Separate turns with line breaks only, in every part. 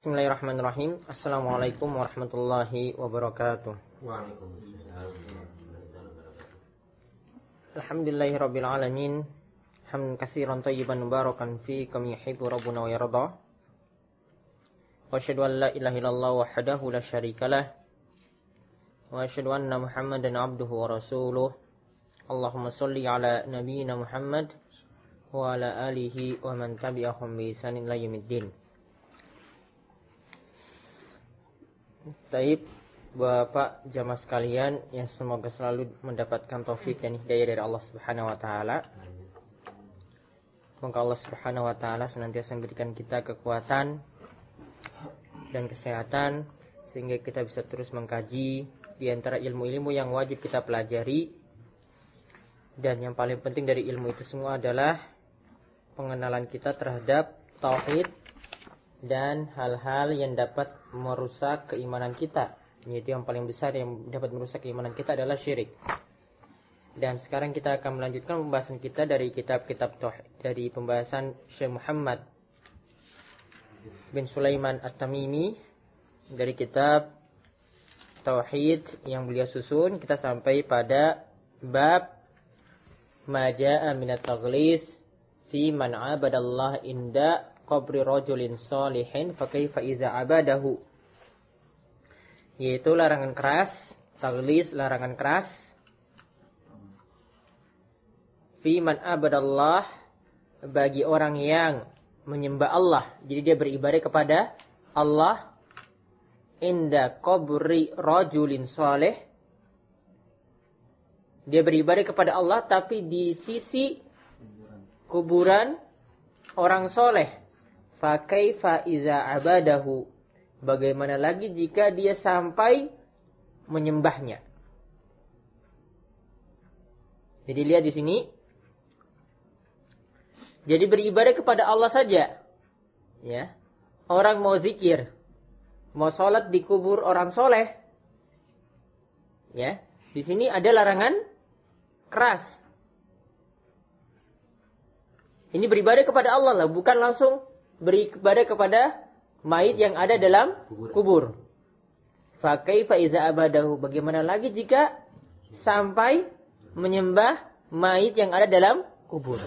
Bismillahirrahmanirrahim. Assalamualaikum warahmatullahi wabarakatuh.
Waalaikumsalam.
Alhamdulillahirabbil alamin. Hamdan katsiran thayyiban mubarakan fi kama yuhibbu rabbuna wa yarda. Wa asyhadu an la ilaha illallah wahdahu la syarikalah. Wa asyhadu anna Muhammadan abduhu wa rasuluh. Allahumma shalli ala nabiyyina Muhammad wa ala alihi wa man tabi'ahum bi ihsanin ila yaumiddin. Taib, Bapak jamaah sekalian yang semoga selalu mendapatkan taufik dan hidayah dari Allah Subhanahu wa taala. Semoga Allah Subhanahu wa taala senantiasa memberikan kita kekuatan dan kesehatan sehingga kita bisa terus mengkaji di antara ilmu-ilmu yang wajib kita pelajari. Dan yang paling penting dari ilmu itu semua adalah pengenalan kita terhadap tauhid dan hal-hal yang dapat merusak keimanan kita. Yaitu yang paling besar yang dapat merusak keimanan kita adalah syirik. Dan sekarang kita akan melanjutkan pembahasan kita dari kitab-kitab tauhid, dari pembahasan Syekh Muhammad bin Sulaiman At-Tamimi dari kitab tauhid yang beliau susun. Kita sampai pada bab ma jaa minat taghlis fi man 'abadallaha inda qabri rajulin salihin fa kaifa iza abadahu, yaitu larangan keras, taghlis larangan keras, fi man abadallah, bagi orang yang menyembah Allah, jadi dia beribadah kepada Allah, inda qabri rajulin salih, dia beribadah kepada Allah tapi di sisi kuburan orang soleh. Fa kaifa iza abadahu, bagaimana lagi jika dia sampai menyembahnya. Jadi lihat di sini. Jadi beribadah kepada Allah saja. Ya. Orang mau zikir, mau sholat di kubur orang soleh. Ya. Di sini ada larangan keras. Ini beribadah kepada Allah lah, bukan langsung beribadah kepada mayit yang ada dalam kubur. Fa kaifa iza abadahu, bagaimana lagi jika sampai menyembah mayit yang ada dalam kubur.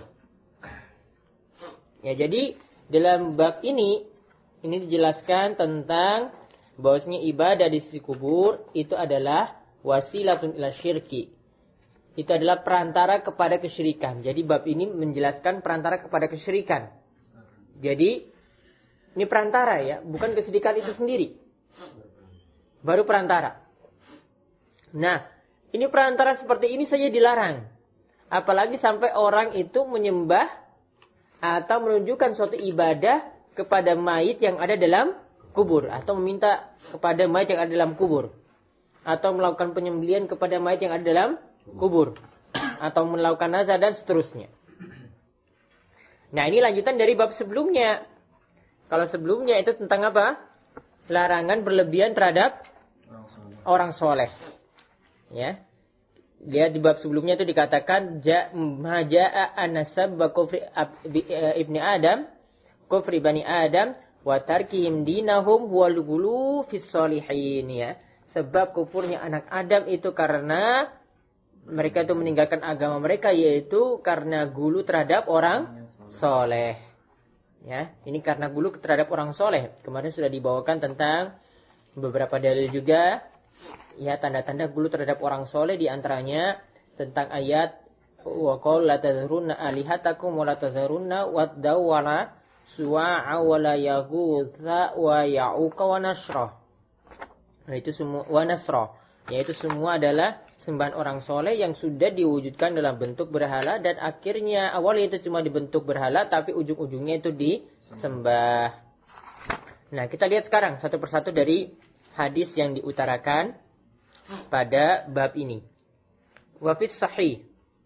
Ya, jadi dalam bab ini dijelaskan tentang bahwasanya ibadah di sisi kubur itu adalah wasilatun ila syirki. Itu adalah perantara kepada kesyirikan. Jadi bab ini menjelaskan perantara kepada kesyirikan. Jadi ini perantara ya, bukan kesyirikan itu sendiri. Baru perantara. Nah, ini perantara seperti ini saja dilarang. Apalagi sampai orang itu menyembah atau menunjukkan suatu ibadah kepada mayit yang ada dalam kubur. Atau meminta kepada mayit yang ada dalam kubur. Atau melakukan penyembelihan kepada mayit yang ada dalam kubur. Atau melakukan nazar dan seterusnya. Nah, ini lanjutan dari bab sebelumnya. Kalau sebelumnya itu tentang apa? Larangan berlebihan terhadap orang soleh. Ya. Lihat di bab sebelumnya itu dikatakan ja'a an-nasab wa kufri ibni Adam, kufri bani Adam wa tarkihim dinahum wal ghulu fis sholihin, ya. Sebab kufurnya anak Adam itu karena mereka itu meninggalkan agama mereka, yaitu karena gulu terhadap orang soleh. Ya, ini karena gulu terhadap orang soleh. Kemarin sudah dibawakan tentang beberapa dalil juga. Ya, tanda-tanda gulu terhadap orang soleh, diantaranya tentang ayat wa qul la tazurunna alihatakum wa la tazurunna wadda wa la suwa'a wa la yaghutsa wa ya'uqa wa nasra. Nah, itu semua wa nasra, yaitu semua adalah sembahan orang soleh yang sudah diwujudkan dalam bentuk berhala, dan akhirnya awalnya itu cuma dibentuk berhala tapi ujung-ujungnya itu disembah. Nah, kita lihat sekarang satu persatu dari hadis yang diutarakan pada bab ini. Wa fis sahih.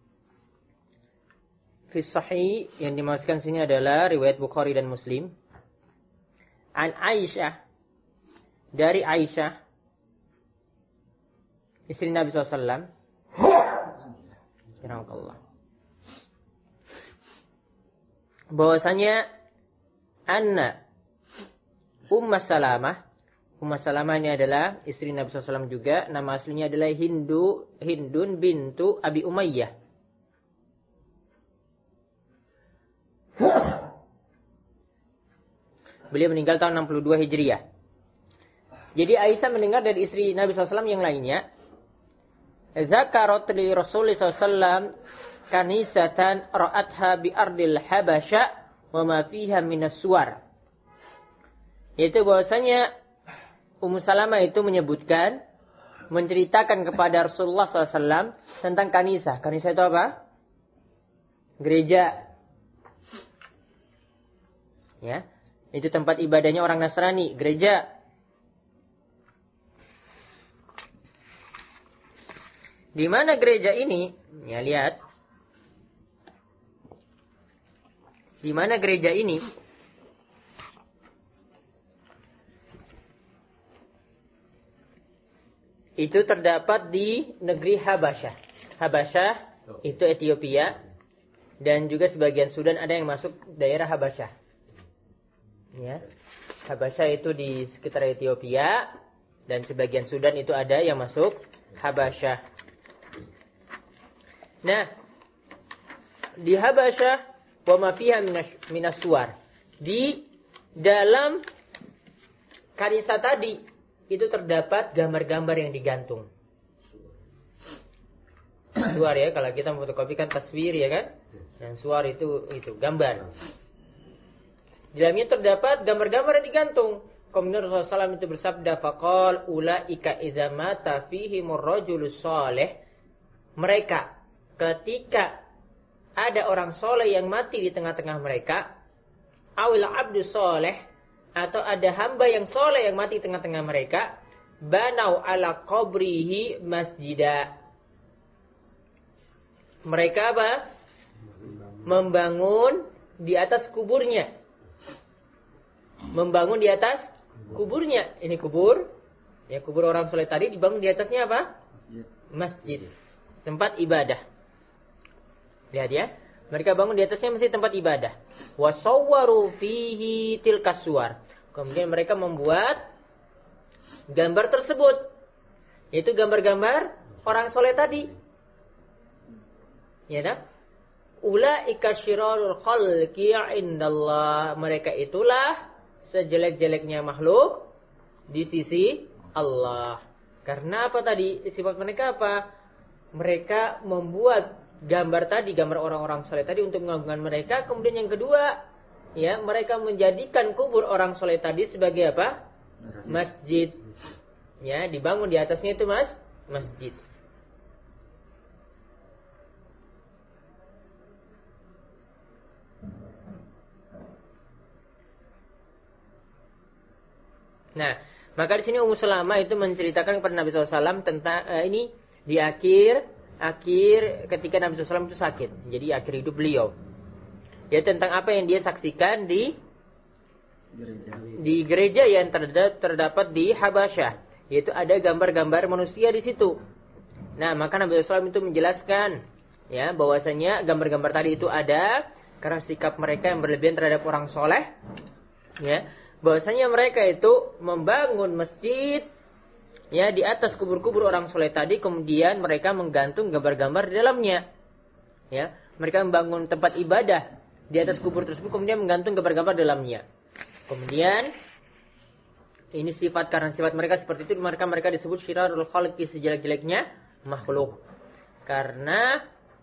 Fis sahih yang dimaksudkan sini adalah riwayat Bukhari dan Muslim. An Aisyah, dari Aisyah istri Nabi SAW. Subhanallah. Bahwasanya anna Salamah. Salamah ini adalah istri Nabi SAW juga. Nama aslinya adalah Hindun bintu Abi Umayyah. Beliau meninggal tahun 62 Hijriah. Jadi Aisyah mendengar dari istri Nabi SAW yang lainnya. Zakarat li Rasulullah SAW kanisatan ra'atha bi ardil Habasya wa ma fiha minas suwar. Yaitu bahwasanya Ummu Salamah itu menyebutkan, menceritakan kepada Rasulullah SAW tentang kanisa. Kanisa itu apa? Gereja. Ya, itu tempat ibadahnya orang Nasrani, gereja. Di mana gereja ini? Ya, lihat. Di mana gereja ini? Itu terdapat di negeri Habasyah. Habasyah itu Ethiopia. Dan juga sebagian Sudan ada yang masuk daerah Habasyah. Ya. Habasyah itu di sekitar Ethiopia. Dan sebagian Sudan itu ada yang masuk Habasyah. Nah, di Habasyah wa ma fiha minas suwar. Di dalam kanisa tadi itu terdapat gambar-gambar yang digantung. Suar ya, kalau kita memfotokopikan taswir ya kan? Dan suar itu gambar. Di dalamnya terdapat gambar-gambar yang digantung. Kemudian Rasulullah SAW itu bersabda, faqal ulaika idza mata fihimur rajulus salih. Mereka ketika ada orang soleh yang mati di tengah-tengah mereka, awil abdu soleh, atau ada hamba yang soleh yang mati di tengah-tengah mereka, banau ala qabrihi masjidah. Mereka apa? Membangun di atas kuburnya. Membangun di atas kuburnya. Ini kubur. Ya, kubur orang soleh tadi dibangun di atasnya apa? Masjid. Tempat ibadah. Lihat ya. Mereka bangun di atasnya masjid, tempat ibadah. Wasawwaru fihi tilkas suwar. Kemudian mereka membuat gambar tersebut. Yaitu gambar-gambar orang soleh tadi. Ya tak? Ulaika syirarul khalqi indallah. Mereka itulah sejelek-jeleknya makhluk di sisi Allah. Karena apa tadi? Sifat mereka apa? Mereka membuat gambar tadi, gambar orang-orang soleh tadi untuk mengagungkan mereka. Kemudian yang kedua, ya, mereka menjadikan kubur orang soleh tadi sebagai apa? Masjid. Ya, dibangun di atasnya itu masjid. Nah, maka di sini Ummu Salamah itu menceritakan kepada Nabi SAW tentang ini di akhir ketika Nabi SAW itu sakit. Jadi akhir hidup beliau. Ya, tentang apa yang dia saksikan di gereja yang terdapat di Habasyah. Yaitu ada gambar-gambar manusia di situ. Nah, maka Nabi SAW itu menjelaskan, ya, bahwasanya gambar-gambar tadi itu ada karena sikap mereka yang berlebihan terhadap orang soleh. Ya, bahwasanya mereka itu membangun masjid, ya, di atas kubur-kubur orang soleh tadi, kemudian mereka menggantung gambar-gambar di dalamnya. Ya, mereka membangun tempat ibadah di atas kubur tersebut, kemudian menggantung gambar-gambar di dalamnya. Kemudian ini karena sifat mereka seperti itu, mereka disebut syirarul khalqi, sejelek-jeleknya makhluk. Karena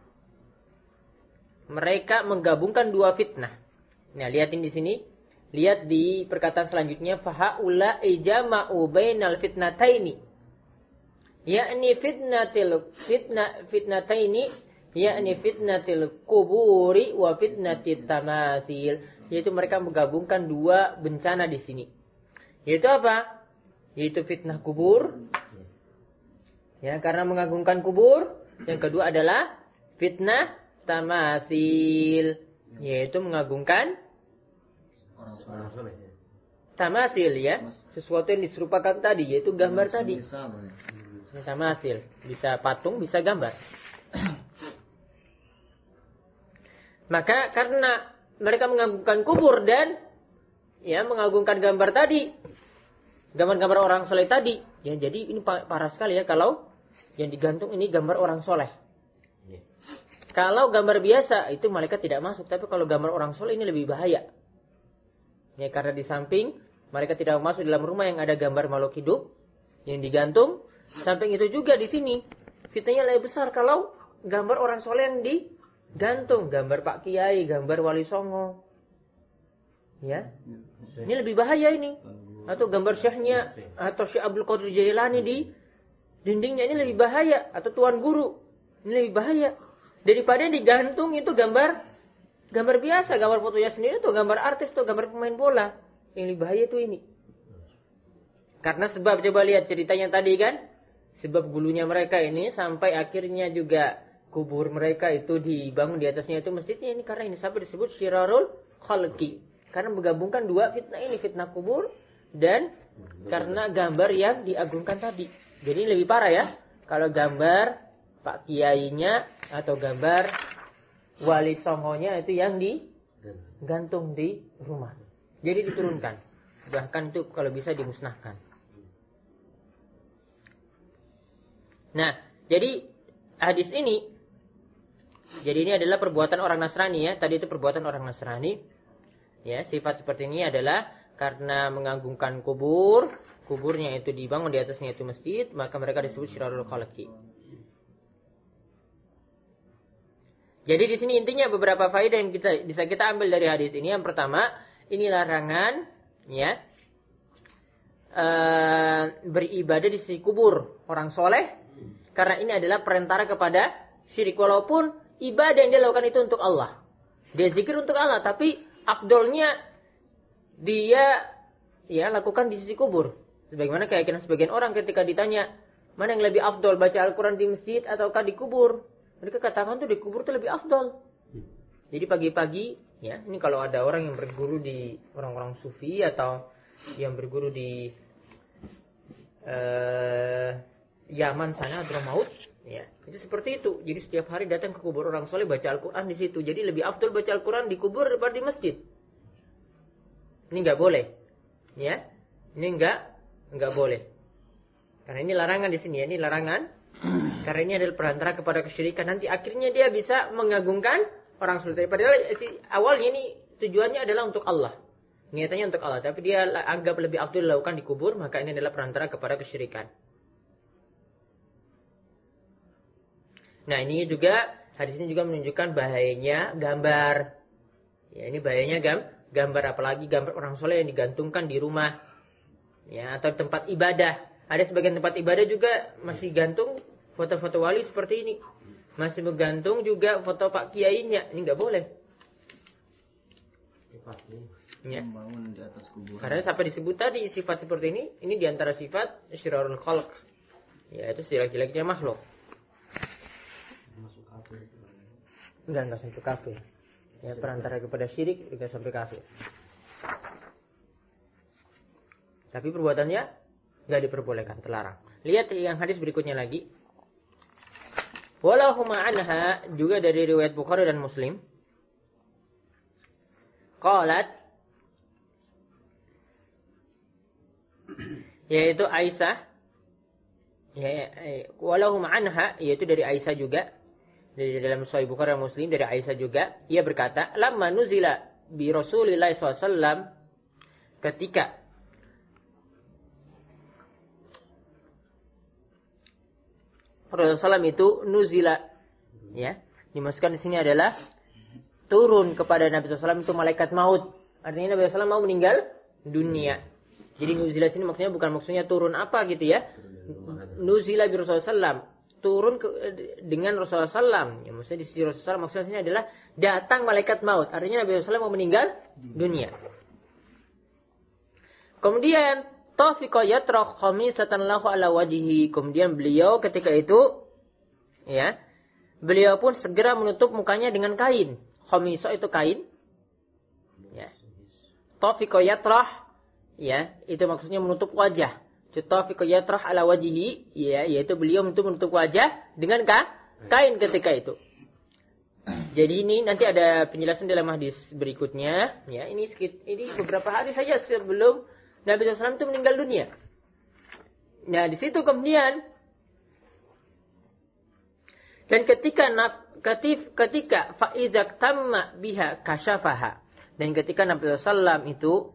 mereka menggabungkan dua fitnah. Nah, lihatin di sini. Lihat di perkataan selanjutnya, fahaula ijama'u bainal fitnataini. Yakni fitnataini, yakni fitnatil kuburi wa fitnatit tamasil. Yaitu mereka menggabungkan dua bencana di sini. Yaitu apa? Yaitu fitnah kubur. Ya, karena mengagungkan kubur. Yang kedua adalah fitnah tamasil, yaitu mengagungkan tamasil, ya, sesuatu yang diserupakan tadi, yaitu gambar tadi. Tamasil, bisa patung, bisa gambar. Maka karena mereka mengagungkan kubur dan ya mengagungkan gambar tadi. Gambar-gambar orang soleh tadi. Ya, jadi ini parah sekali ya kalau yang digantung ini gambar orang soleh. Kalau gambar biasa itu malaikat tidak masuk. Tapi kalau gambar orang soleh ini lebih bahaya. Ya, karena di samping malaikat tidak masuk dalam rumah yang ada gambar makhluk hidup yang digantung. Samping itu juga di sini fitnahnya lebih besar kalau gambar orang soleh yang digantung. Gambar Pak Kiai, gambar Wali Songo. Ya, ini lebih bahaya ini. Atau gambar syekhnya atau Syekh Abdul Qadir Jailani di dindingnya, ini lebih bahaya. Atau Tuan Guru, ini lebih bahaya daripada digantung itu gambar biasa, gambar fotonya sendiri, tuh gambar artis, tuh gambar pemain bola. Yang lebih bahaya tuh ini. Karena sebab, coba lihat ceritanya tadi kan, sebab gulunya mereka ini sampai akhirnya juga kubur mereka itu dibangun di atasnya itu masjidnya, ini karena ini sampai disebut syirarul khalqi. Karena menggabungkan dua fitnah ini, fitnah kubur dan karena gambar yang diagungkan tadi. Jadi ini lebih parah ya. Kalau gambar Pak Kiainya atau gambar Wali Songonya itu yang digantung di rumah. Jadi diturunkan. Bahkan itu kalau bisa dimusnahkan. Nah, jadi hadis ini, jadi ini adalah perbuatan orang Nasrani ya. Tadi itu perbuatan orang Nasrani. Ya, sifat seperti ini adalah karena mengagungkan kubur, kuburnya itu dibangun di atasnya itu masjid, maka mereka disebut syirarul khalqi. Jadi di sini intinya beberapa faedah yang bisa kita ambil dari hadis ini. Yang pertama, ini larangan ya beribadah di sisi kubur orang soleh, karena ini adalah perantara kepada syirik. Walaupun ibadah yang dia lakukan itu untuk Allah, dia zikir untuk Allah, tapi afdolnya dia ya lakukan di sisi kubur. Sebagaimana keyakinan sebagian orang ketika ditanya, mana yang lebih afdol, baca Al-Quran di masjid ataukah di kubur? Mereka katakan tuh di kubur itu lebih afdol. Jadi pagi-pagi, ya ini kalau ada orang yang berguru di orang-orang sufi atau yang berguru di Yaman sana, Hadramaut, ya itu seperti itu. Jadi setiap hari datang ke kubur orang soleh baca Al-Quran di situ. Jadi lebih afdol baca Al-Quran di kubur daripada di masjid. Ini nggak boleh, ya. Ini nggak boleh. Karena ini larangan di sini, ya. Ini larangan. Karena ini adalah perantara kepada kesyirikan. Nanti akhirnya dia bisa mengagungkan orang soleh. Padahal awalnya ini tujuannya adalah untuk Allah, niatannya untuk Allah. Tapi dia anggap lebih afdal dilakukan di kubur, maka ini adalah perantara kepada kesyirikan. Nah ini juga hadis ini juga menunjukkan bahayanya gambar. Ya ini bahayanya gambar, apalagi gambar orang soleh yang digantungkan di rumah, ya atau tempat ibadah. Ada sebagian tempat ibadah juga masih gantung foto-foto wali seperti ini, masih menggantung juga foto Pak Kiainya. Ini nggak boleh. Ya.
Di atas kuburan.
Karena sampai disebut tadi sifat seperti ini diantara sifat syirarul khalq, yaitu jelek-jeleknya makhluk.
Masuk kafir.
Enggak sampai kafir. Ya, perantara kepada syirik juga sampai kafir. Tapi perbuatannya enggak diperbolehkan, terlarang. Lihat yang hadis berikutnya lagi. Walahuma anha, juga dari riwayat Bukhari dan Muslim. Qalat, yaitu Aisyah, walahuma anha, yaitu dari Aisyah juga. Dari dalam Sahih Bukhari dan Muslim dari Aisyah juga, ia berkata, lamma nuzila bi Rasulillah SAW, ketika Rasulullah SAW itu nuzila, ya dimasukkan di sini adalah turun kepada Nabi SAW itu malaikat maut. Artinya Nabi SAW mau meninggal dunia. Jadi nuzila sini maksudnya turun apa gitu ya? Nuzila bi Rasulullah SAW, turun dengan Rasulullah SAW. Ya, maksudnya di sisi Rasulullah SAW maksudnya adalah datang malaikat maut. Artinya Nabi SAW mau meninggal dunia. Kemudian tafiqa yatraq khamisatan lahu ala wajhihi. Kemudian beliau ketika itu, ya, beliau pun segera menutup mukanya dengan kain. Khamisah itu kain. Ya. Tafiqa yatrah, ya, itu maksudnya menutup wajah. Tafiqa yatrah ala wajhihi, ya, yaitu beliau menutup wajah dengan kain ketika itu. Jadi ini nanti ada penjelasan dalam hadis berikutnya. Ya, ini beberapa hari saja sebelum Nabi SAW itu meninggal dunia. Nah, di situ kemudian dan ketika faizak tamma biha kasyafaha, dan ketika Nabi SAW itu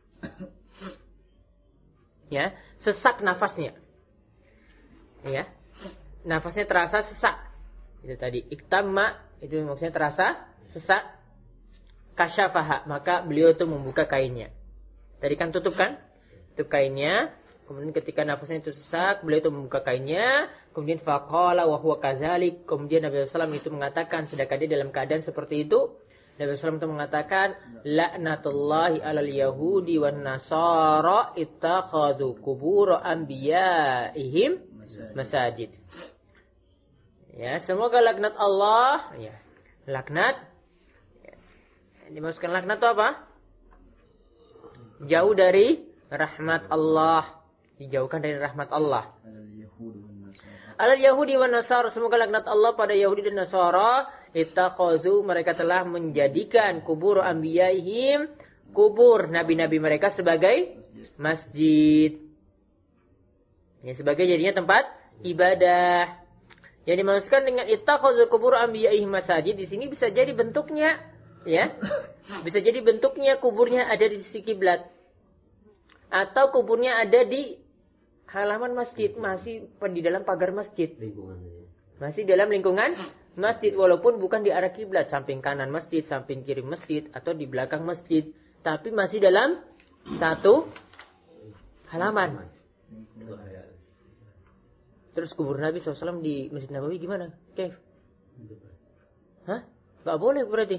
ya sesak nafasnya, ya nafasnya terasa sesak, itu tadi iktamma itu maksudnya terasa sesak, kasyafaha maka beliau itu membuka kainnya. Tadi kan tutup kainnya. Kemudian ketika nafasnya itu sesak, beliau itu membuka kainnya. Kemudian faqala wa huwa kadzalik. Kemudian Nabi SAW itu mengatakan, sedangkan dia dalam keadaan seperti itu, Nabi SAW itu mengatakan, laknatullahi alal yahudi wan nasara ittakhadhu qubur anbiya'ihim masajid. Ya, semoga laknat Allah, ya. Laknat. Dimaksudkan laknat itu apa? Jauh dari rahmat Allah. Dijauhkan dari rahmat Allah. Alal Yahudi wan Nasara, semoga laknat Allah pada Yahudi dan Nasara, ittaqazu mereka telah menjadikan kubur anbiyaihim, kubur nabi-nabi mereka sebagai masjid. Ya, sebagai jadinya tempat ibadah. Yang dimaksudkan dengan ittaqazu kubur anbiyaihim masajid di sini bisa jadi bentuknya, ya. Bisa jadi bentuknya kuburnya ada di sisi kiblat. Atau kuburnya ada di halaman masjid, masih di dalam pagar masjid. Masih dalam lingkungan masjid, walaupun bukan di arah kiblat, samping kanan masjid, samping kiri masjid, atau di belakang masjid, tapi masih dalam satu halaman. Terus kubur Nabi SAW di Masjid Nabawi gimana? Kev? Hah? Gak boleh berarti?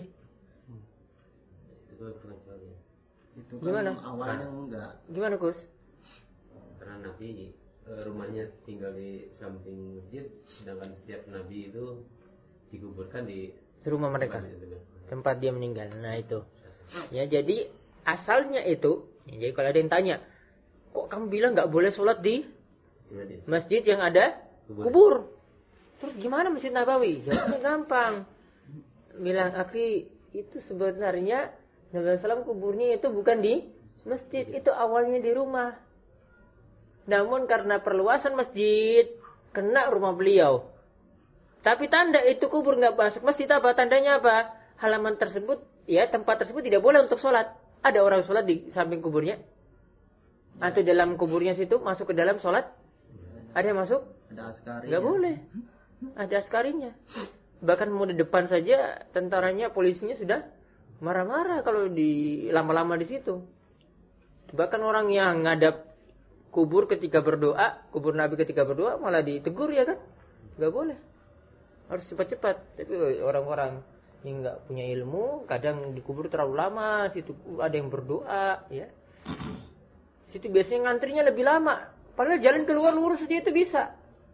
Itu
gimana?
Awalnya enggak.
Gimana, Kus?
Karena Nabi rumahnya tinggal di samping masjid, sedangkan setiap Nabi itu dikuburkan di
rumah mereka, tempat dia meninggal. Nah itu, ya jadi asalnya itu. Ya, jadi kalau ada yang tanya, kok kamu bilang nggak boleh sholat di masjid yang ada kubur? Terus gimana Masjid Nabawi? Jawabnya gampang. Bilang, akhi, itu sebenarnya Nabi SAW kuburnya itu bukan di masjid, itu awalnya di rumah. Namun karena perluasan masjid, kena rumah beliau. Tapi tanda itu kubur nggak masuk masjid apa? Tandanya apa? Halaman tersebut, ya tempat tersebut tidak boleh untuk sholat. Ada orang sholat di samping kuburnya? Atau dalam kuburnya situ masuk ke dalam sholat? Ada yang masuk?
Ada askari.
Nggak boleh. Ada askarinya. Bahkan mau di depan saja tentaranya, polisinya sudah marah-marah kalau di lama-lama di situ. Bahkan orang yang ngadap kubur ketika berdoa, kubur Nabi ketika berdoa malah ditegur, ya kan? Nggak boleh. Harus cepat-cepat. Tapi orang-orang yang nggak punya ilmu, kadang dikubur terlalu lama, situ ada yang berdoa, ya. Situ biasanya ngantrinya lebih lama. Padahal jalan keluar lurus saja itu bisa.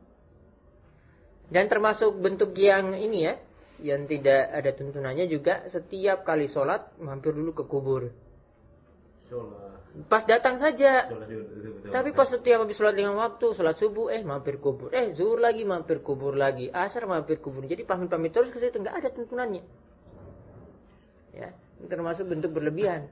Dan termasuk bentuk yang ini ya, yang tidak ada tuntunannya juga, setiap kali sholat mampir dulu ke kubur. Pas datang saja. Tapi pas setiap habis sholat 5 waktu, sholat subuh, mampir kubur. Zuhur lagi, mampir kubur lagi. Asar mampir kubur. Jadi pamit-pamit terus ke situ, nggak ada tuntunannya. Ya, ini termasuk bentuk berlebihan.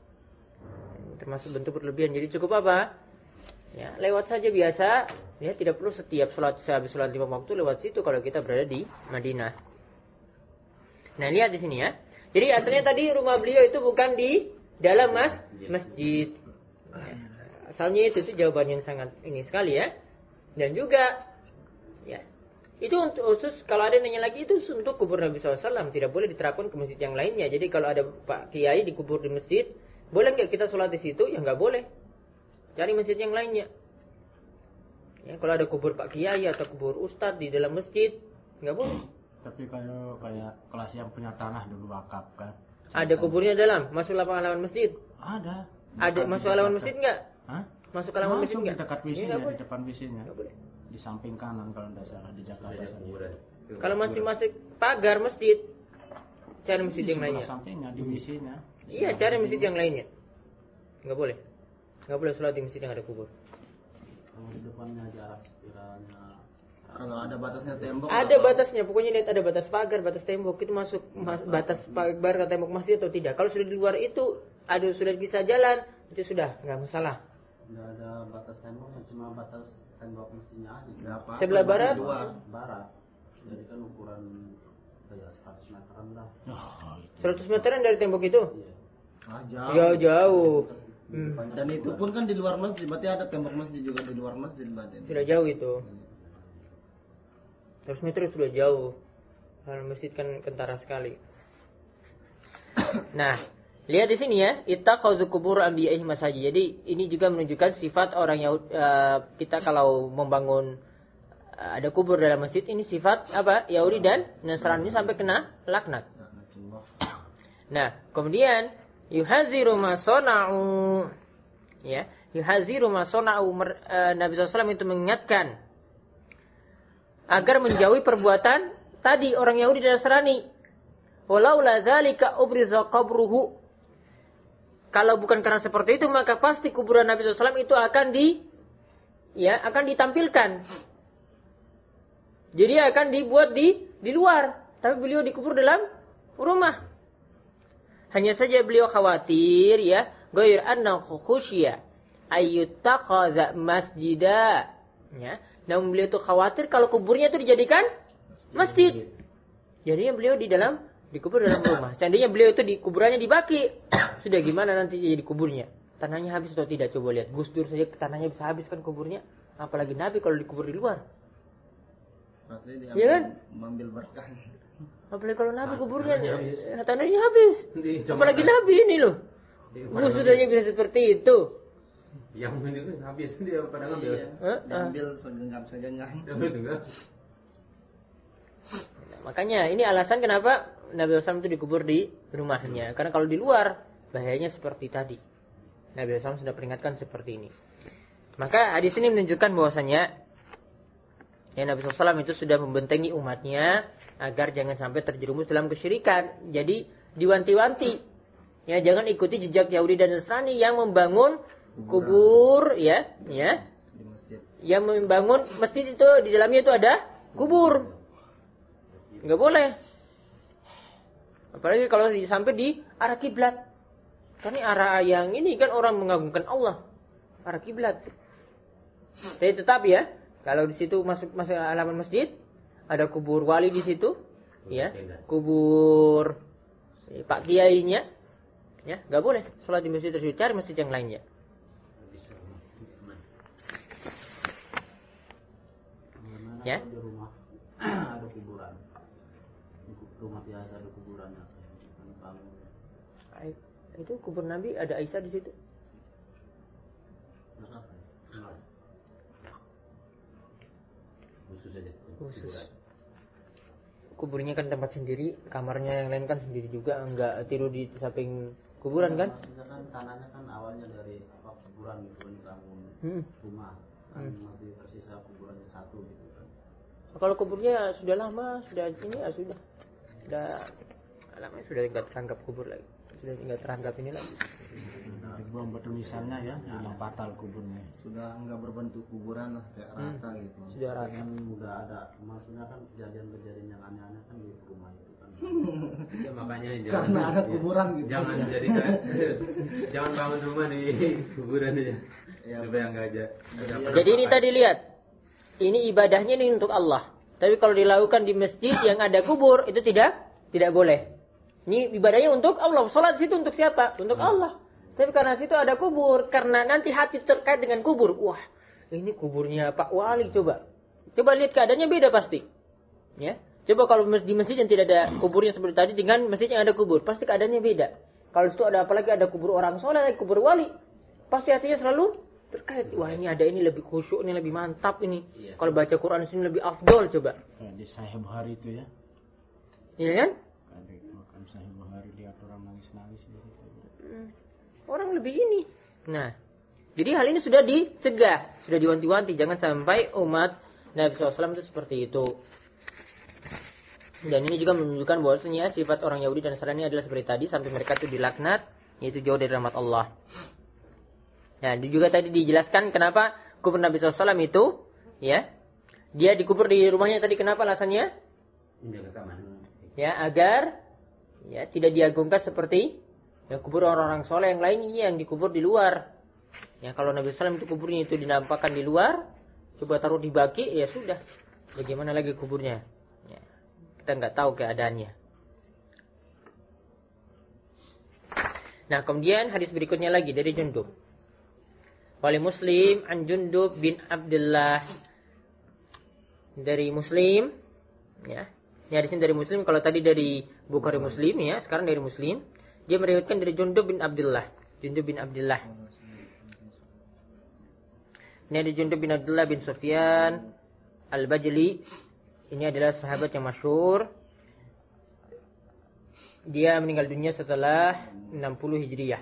Jadi cukup apa? Ya, lewat saja biasa. Ya, tidak perlu setiap habis sholat 5 waktu lewat situ kalau kita berada di Madinah. Nah, lihat di sini ya. Jadi asalnya tadi rumah beliau itu bukan di dalam masjid. Ya, asalnya itu jawaban yang sangat ini sekali ya. Dan juga ya, itu untuk khusus kalau ada yang nanya lagi itu untuk kubur Nabi SAW, tidak boleh diterapkan ke masjid yang lainnya. Jadi kalau ada Pak Kiai dikubur di masjid, boleh nggak kita sholat di situ? Ya nggak boleh. Cari masjid yang lainnya. Ya, kalau ada kubur Pak Kiai atau kubur Ustadz di dalam masjid, nggak boleh.
Tapi kalau kayak kelas yang punya tanah dulu wakaf kan.
Ada kuburnya dalam, masuk halaman masjid.
Ada.
Ada masuk halaman masjid nggak?
Hah?
Masuk halaman masjid nggak?
Di dekat WC-nya,
Ya,
di depan WC-nya.
Nggak boleh.
Di samping kanan kalau tidak salah di Jakarta.
Kalau masih masuk pagar masjid, cari masjid yang lainnya.
Sampingnya di WC-nya.
Iya, cari masjid yang lainnya. Nggak boleh. Nggak boleh sholat di masjid yang ada kubur.
Kalau di depannya jarak sekiranya
Kalau ada batasnya tembok.
Ada batasnya, pokoknya lihat ada batas pagar, batas tembok itu masuk batas pagar atau tembok masjid atau tidak. Kalau sudah di luar itu, ada sudah bisa jalan, itu sudah nggak masalah.
Nggak ada batas temboknya, cuma batas tembok mestinya aja.
Sebelah barat?
Barat. Jadi kan ukuran kayak 100 meteran lah.
100 meteran dari tembok itu?
Iya.
Jauh.
Dan itu pun kan di luar masjid, berarti ada tembok masjid juga di luar masjid berarti.
Sudah jauh itu. 100 meter sudah jauh. Kalau masjid kan kentara sekali. Nah, lihat di sini ya, ittakhadhu qubur anbiya'ihim masajid. Jadi ini juga menunjukkan sifat orang Yahudi. Kita kalau membangun ada kubur dalam masjid, ini sifat apa? Yahudi dan Nasrani sampai kena laknat. Nah, kemudian yuhaziru ma sona'u, ya, yuhaziru ma sona'u. Nabi SAW itu mengingatkan agar menjauhi perbuatan tadi orang Yahudi dan Nasrani. Walaula dzalika ubriza qabruhu. Kalau bukan karena seperti itu, maka pasti kuburan Nabi SAW itu akan ditampilkan. Jadi akan dibuat di luar, tapi beliau dikubur dalam rumah. Hanya saja beliau khawatir, ya, ghair anna khusya ayyuttakhadha masjida, ya. Namun beliau itu khawatir kalau kuburnya itu dijadikan masjid. Jadinya beliau dikubur dalam rumah. Seandainya beliau itu di kuburannya dibaki, sudah gimana nanti jadi kuburnya? Tanahnya habis atau tidak? Coba lihat. Gus Dur saja tanahnya bisa habis kan kuburnya. Apalagi Nabi kalau dikubur di luar.
Pasti
Iya kan?
mengambil berkah.
Apalagi kalau Nabi kuburnya tanahnya habis. Apalagi Nabi ini loh. Gus Durnya bisa seperti itu.
Yang ini habis dia pada ngambil.
Diambil segenggam.
Makanya ini alasan kenapa Nabi SAW itu dikubur di rumahnya. Karena kalau di luar bahayanya seperti tadi. Nabi SAW sudah peringatkan seperti ini. Maka hadis ini menunjukkan bahwasanya ya, Nabi SAW itu sudah membentengi umatnya agar jangan sampai terjerumus dalam kesyirikan. Jadi diwanti-wanti. Ya, jangan ikuti jejak Yahudi dan Nasrani yang membangun kubur, ya.
Di masjid.
Yang membangun masjid itu di dalamnya itu ada kubur. Enggak boleh. Apalagi kalau sampai di arah kiblat. Karena arah yang ini kan orang mengagungkan Allah. Arah kiblat. Tapi tetap ya, kalau di situ masuk halaman masjid, ada kubur wali di situ, ya. Kubur Pak Kiainya. Ya, enggak boleh salat di masjid tersebut, cari masjid yang lainnya. Ya.
Di rumah ada kuburan. Rumah biasa ada kuburannya.
Itu kubur Nabi ada Aisyah di situ.
Khusus aja.
Khusus. Kuburnya kan tempat sendiri, kamarnya yang lain kan sendiri juga, enggak tidur di samping kuburan kan?
Maksudnya kan tanahnya kan awalnya dari kuburan gitu kan dibangun rumah. Kan masih tersisa kuburannya satu gitu kan.
Kalau kuburnya sudah lama, sudah ini ya sudah lama sudah enggak teranggap kubur lagi. Sudah enggak teranggap ini lagi.
Dibuang tulisannya ya, memang batal kuburnya.
Sudah enggak berbentuk kuburan lah, kayak rata gitu.
Sudah rata.
Kan udah ada, maksudnya kan kejadian-kejadian yang aneh-aneh kan di rumah itu kan.
Ya makanya
Karena ada kuburan gitu.
Jangan jadi jangan bangun rumah di kuburan aja.
Ya,
supaya enggak aja.
Jadi ini tadi lihat. Ini ibadahnya ini untuk Allah. Tapi kalau dilakukan di masjid yang ada kubur itu tidak boleh. Ini ibadahnya untuk Allah. Salat di situ untuk siapa? Untuk Allah. Tapi karena situ ada kubur, karena nanti hati terkait dengan kubur. Wah, ini kuburnya Pak Wali coba. Coba lihat keadaannya beda pasti. Ya. Coba kalau di masjid yang tidak ada kuburnya seperti tadi dengan masjid yang ada kubur, pasti keadaannya beda. Kalau situ ada apalagi ada kubur orang soleh, kubur wali, pasti hatinya selalu terkait. Wah, ini ada ini lebih khusyuk, ini lebih mantap ini. Kalau baca Quran di sini lebih afdol coba.
Di Sahih Bukhari itu ya.
Iya kan?
Kan Sahih Bukhari lihat orang nangis-nangis di situ.
Orang lebih ini. Nah, jadi hal ini sudah dicegah, sudah diwanti-wanti, jangan sampai umat Nabi SAW itu seperti itu. Dan ini juga menunjukkan bahwasanya sifat orang Yahudi dan Nasrani adalah seperti tadi, sampai mereka itu dilaknat, yaitu jauh dari rahmat Allah. Nah, juga tadi dijelaskan kenapa kubur Nabi SAW itu, ya, Dia dikubur di rumahnya tadi, kenapa alasannya?
Menjaga keamanan.
Ya, agar ya tidak diagungkan seperti ya kubur orang-orang soleh yang lain yang dikubur di luar. Ya, kalau Nabi SAW itu kuburnya itu dinampakkan di luar, coba taruh di baki, ya sudah. Bagaimana lagi kuburnya? Ya, kita nggak tahu keadaannya. Nah, kemudian hadis berikutnya lagi dari Jundub. Wali Muslim an Jundub bin Abdullah. Dari Muslim, ya. Ini hadisnya dari Muslim, kalau tadi dari Bukhari Muslim ya, sekarang dari Muslim. Dia meriwayatkan dari Jundub bin Abdullah. Jundub bin Abdullah. Ini ada Jundub bin Abdullah bin Sufyan Al-Bajali. Ini adalah sahabat yang masyhur. Dia meninggal dunia setelah 60 Hijriah.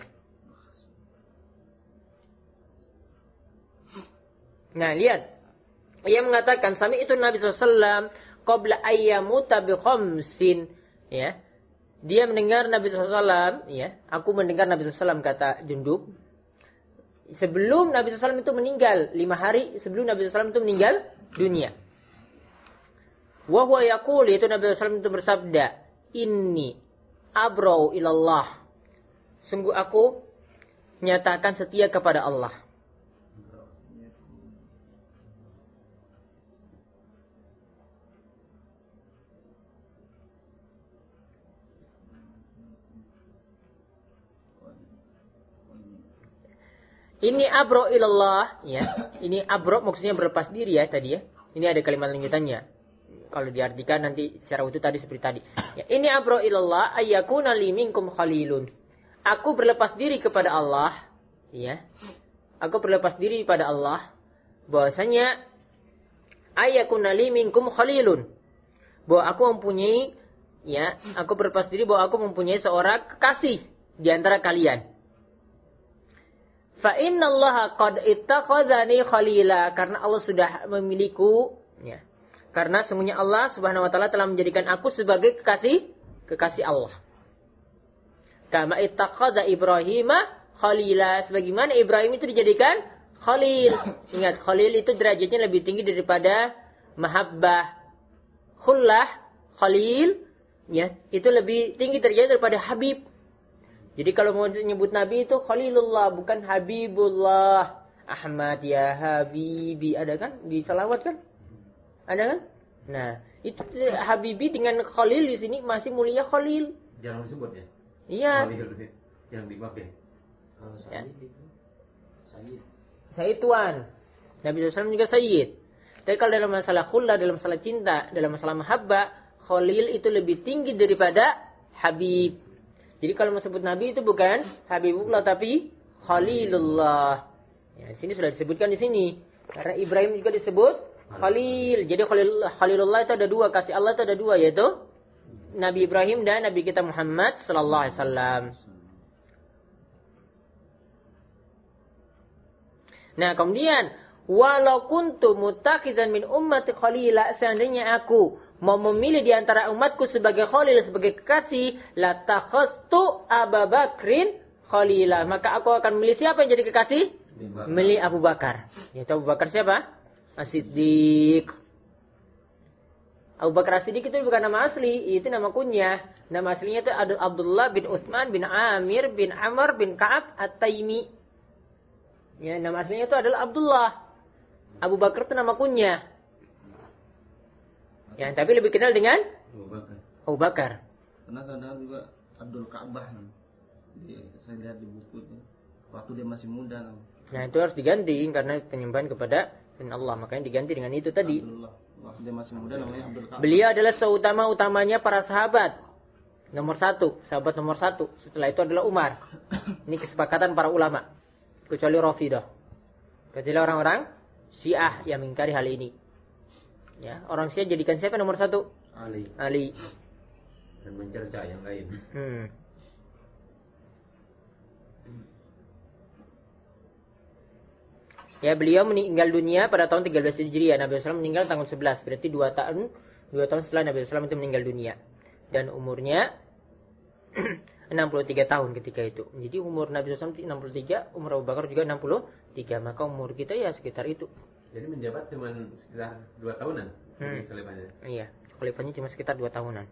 Nah, lihat. Ia mengatakan, sami itu Nabi SAW qabla ayyamuta bi khamsin. Ya. Dia mendengar Nabi SAW, ya. Aku mendengar Nabi SAW, kata Jundub. Sebelum Nabi SAW itu meninggal, 5 hari sebelum Nabi SAW itu meninggal dunia. Wa huwa yaqul, itu Nabi SAW itu bersabda, inni abrau ilallah. Sungguh aku nyatakan setia kepada Allah. Ini abro ilallah, ya. Ini abro maksudnya berlepas diri ya tadi ya. Ini ada kalimat lanjutannya. Kalau diartikan nanti secara utuh tadi seperti tadi. Ya, ini abro ilallah ayyakuna li minkum khalilun. Aku berlepas diri kepada Allah, ya. Aku berlepas diri pada Allah bahwasanya ayyakuna li minkum khalilun. Bahwa aku mempunyai, ya, aku berlepas diri bahwa aku mempunyai seorang kekasih di antara kalian. Fa innallaha qad ittakhadhani khalila, karena Allah sudah memiliku, ya. Karena sungguhnya Allah Subhanahu wa taala telah menjadikan aku sebagai kekasih Allah. Kama ittakhadha Ibrahima khalila, sebagaimana Ibrahim itu dijadikan khalil. Ingat, khalil itu derajatnya lebih tinggi daripada mahabbah. Khullah, khalil, ya, itu lebih tinggi derajatnya daripada habib. Jadi kalau mau nyebut Nabi itu Khalilullah, bukan Habibullah. Ahmad ya Habibi, ada kan? Di salawat kan? Ada kan? Nah, itu Habibi dengan Khalil di sini masih mulia Khalil.
Jarang disebut ya?
Iya.
Khalil yang dipakai.
Kalau Sayyid itu Sayyid.
Sayyid tuan. Nabi SAW juga Sayyid. Tapi kalau dalam masalah khullah, dalam masalah cinta, dalam masalah mahabbah, Khalil itu lebih tinggi daripada Habib. Jadi kalau mau sebut Nabi itu bukan Habibullah tapi Khalilullah. Ya, di sini sudah disebutkan di sini. Karena Ibrahim juga disebut Khalil. Jadi Khalilullah itu ada dua, kasih Allah itu ada dua, yaitu Nabi Ibrahim dan Nabi kita Muhammad sallallahu alaihi wasallam. Nah, kemudian walau kuntu muttakhizan min ummati khalila, seandainya aku mau memilih di antara umatku sebagai khalil, sebagai kekasih, la takhastu Abu Bakrin khalila, maka aku akan memilih siapa yang jadi kekasih? Milih Abu Bakar. Yaitu Abu Bakar siapa? As-Siddiq. Abu Bakar As-Siddiq itu bukan nama asli, itu nama kunyah. Nama aslinya itu Abdullah bin Utsman bin Amir bin Amr bin Ka'ab At-Taimi. Ya, nama aslinya itu adalah Abdullah. Abu Bakar itu nama kunyah. Ya, tapi lebih kenal dengan Abu Bakar.
Karena kadang juga Abdul Ka'bah. Saya lihat di buku itu. Waktu dia masih muda.
Nah, itu harus diganti karena penyembahan kepada Allah. Makanya diganti dengan itu tadi.
Abdullah. Waktu dia masih muda namanya Abdul Ka'bah.
Beliau adalah seutama-utamanya para sahabat. Nomor 1. Sahabat nomor 1. Setelah itu adalah Umar. Ini kesepakatan para ulama. Kecuali Rafidah. Kecuali orang-orang Syiah yang mengingkari hal ini. Ya, orang Syiah jadikan siapa nomor 1? Ali.
Dan mencerca yang lain.
Ya, beliau meninggal dunia pada tahun 13 Hijriah. Nabi SAW meninggal tanggal 11. Berarti 2 tahun setelah Nabi SAW itu meninggal dunia. Dan umurnya 63 tahun ketika itu. Jadi umur Nabi SAW 63, umur Abu Bakar juga 63. Maka umur kita ya sekitar itu.
Jadi menjabat cuma sekitar 2 tahunan khalifahnya.
Iya, khalifahnya cuma sekitar 2 tahunan.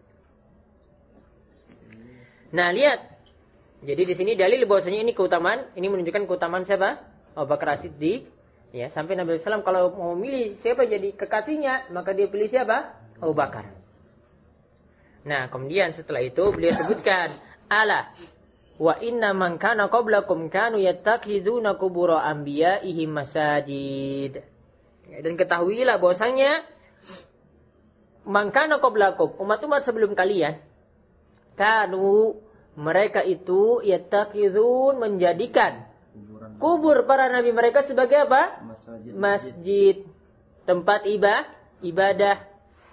Nah, lihat. Jadi di sini dalil bahwasanya ini keutamaan, ini menunjukkan keutamaan siapa? Abu Bakar As-Siddiq. Ya, sampai Nabi SAW kalau mau milih siapa jadi kekasihnya, maka dia pilih siapa? Abu Bakar. Nah, kemudian setelah itu beliau sebutkan, ala wa inna man kana qablakum kanu yattakhizuna qubur anbiya'ihim masajid. Ya, dan ketahuilah bahwasanya man kana qablakum, umat-umat sebelum kalian, kanu mereka itu yattakhizun menjadikan kubur para nabi mereka sebagai apa? Masjid. Tempat ibadah.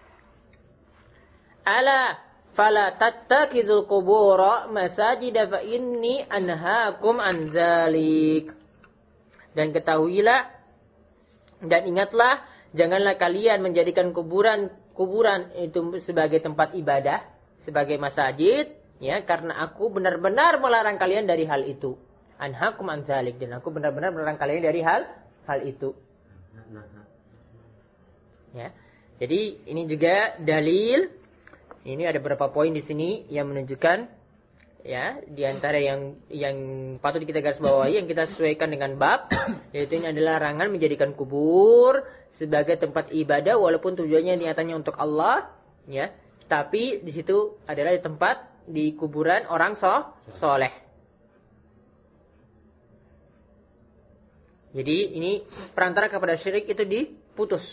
Ala fala tattakhizul qubura masajid fa inni anhaakum an dzalik. Dan ketahuilah dan ingatlah, janganlah kalian menjadikan kuburan itu sebagai tempat ibadah, sebagai masjid, ya, karena aku benar-benar melarang kalian dari hal itu. Anhaakum an dzalik, dan aku benar-benar melarang kalian dari hal itu. Ya. Jadi ini juga dalil. Ini ada beberapa poin di sini yang menunjukkan, ya, di antara yang patut kita garis bawahi, yang kita sesuaikan dengan bab, yaitu ini adalah larangan menjadikan kubur sebagai tempat ibadah walaupun tujuannya niatannya untuk Allah, ya. Tapi di situ adalah tempat di kuburan orang soleh. Jadi ini perantara kepada syirik itu diputus.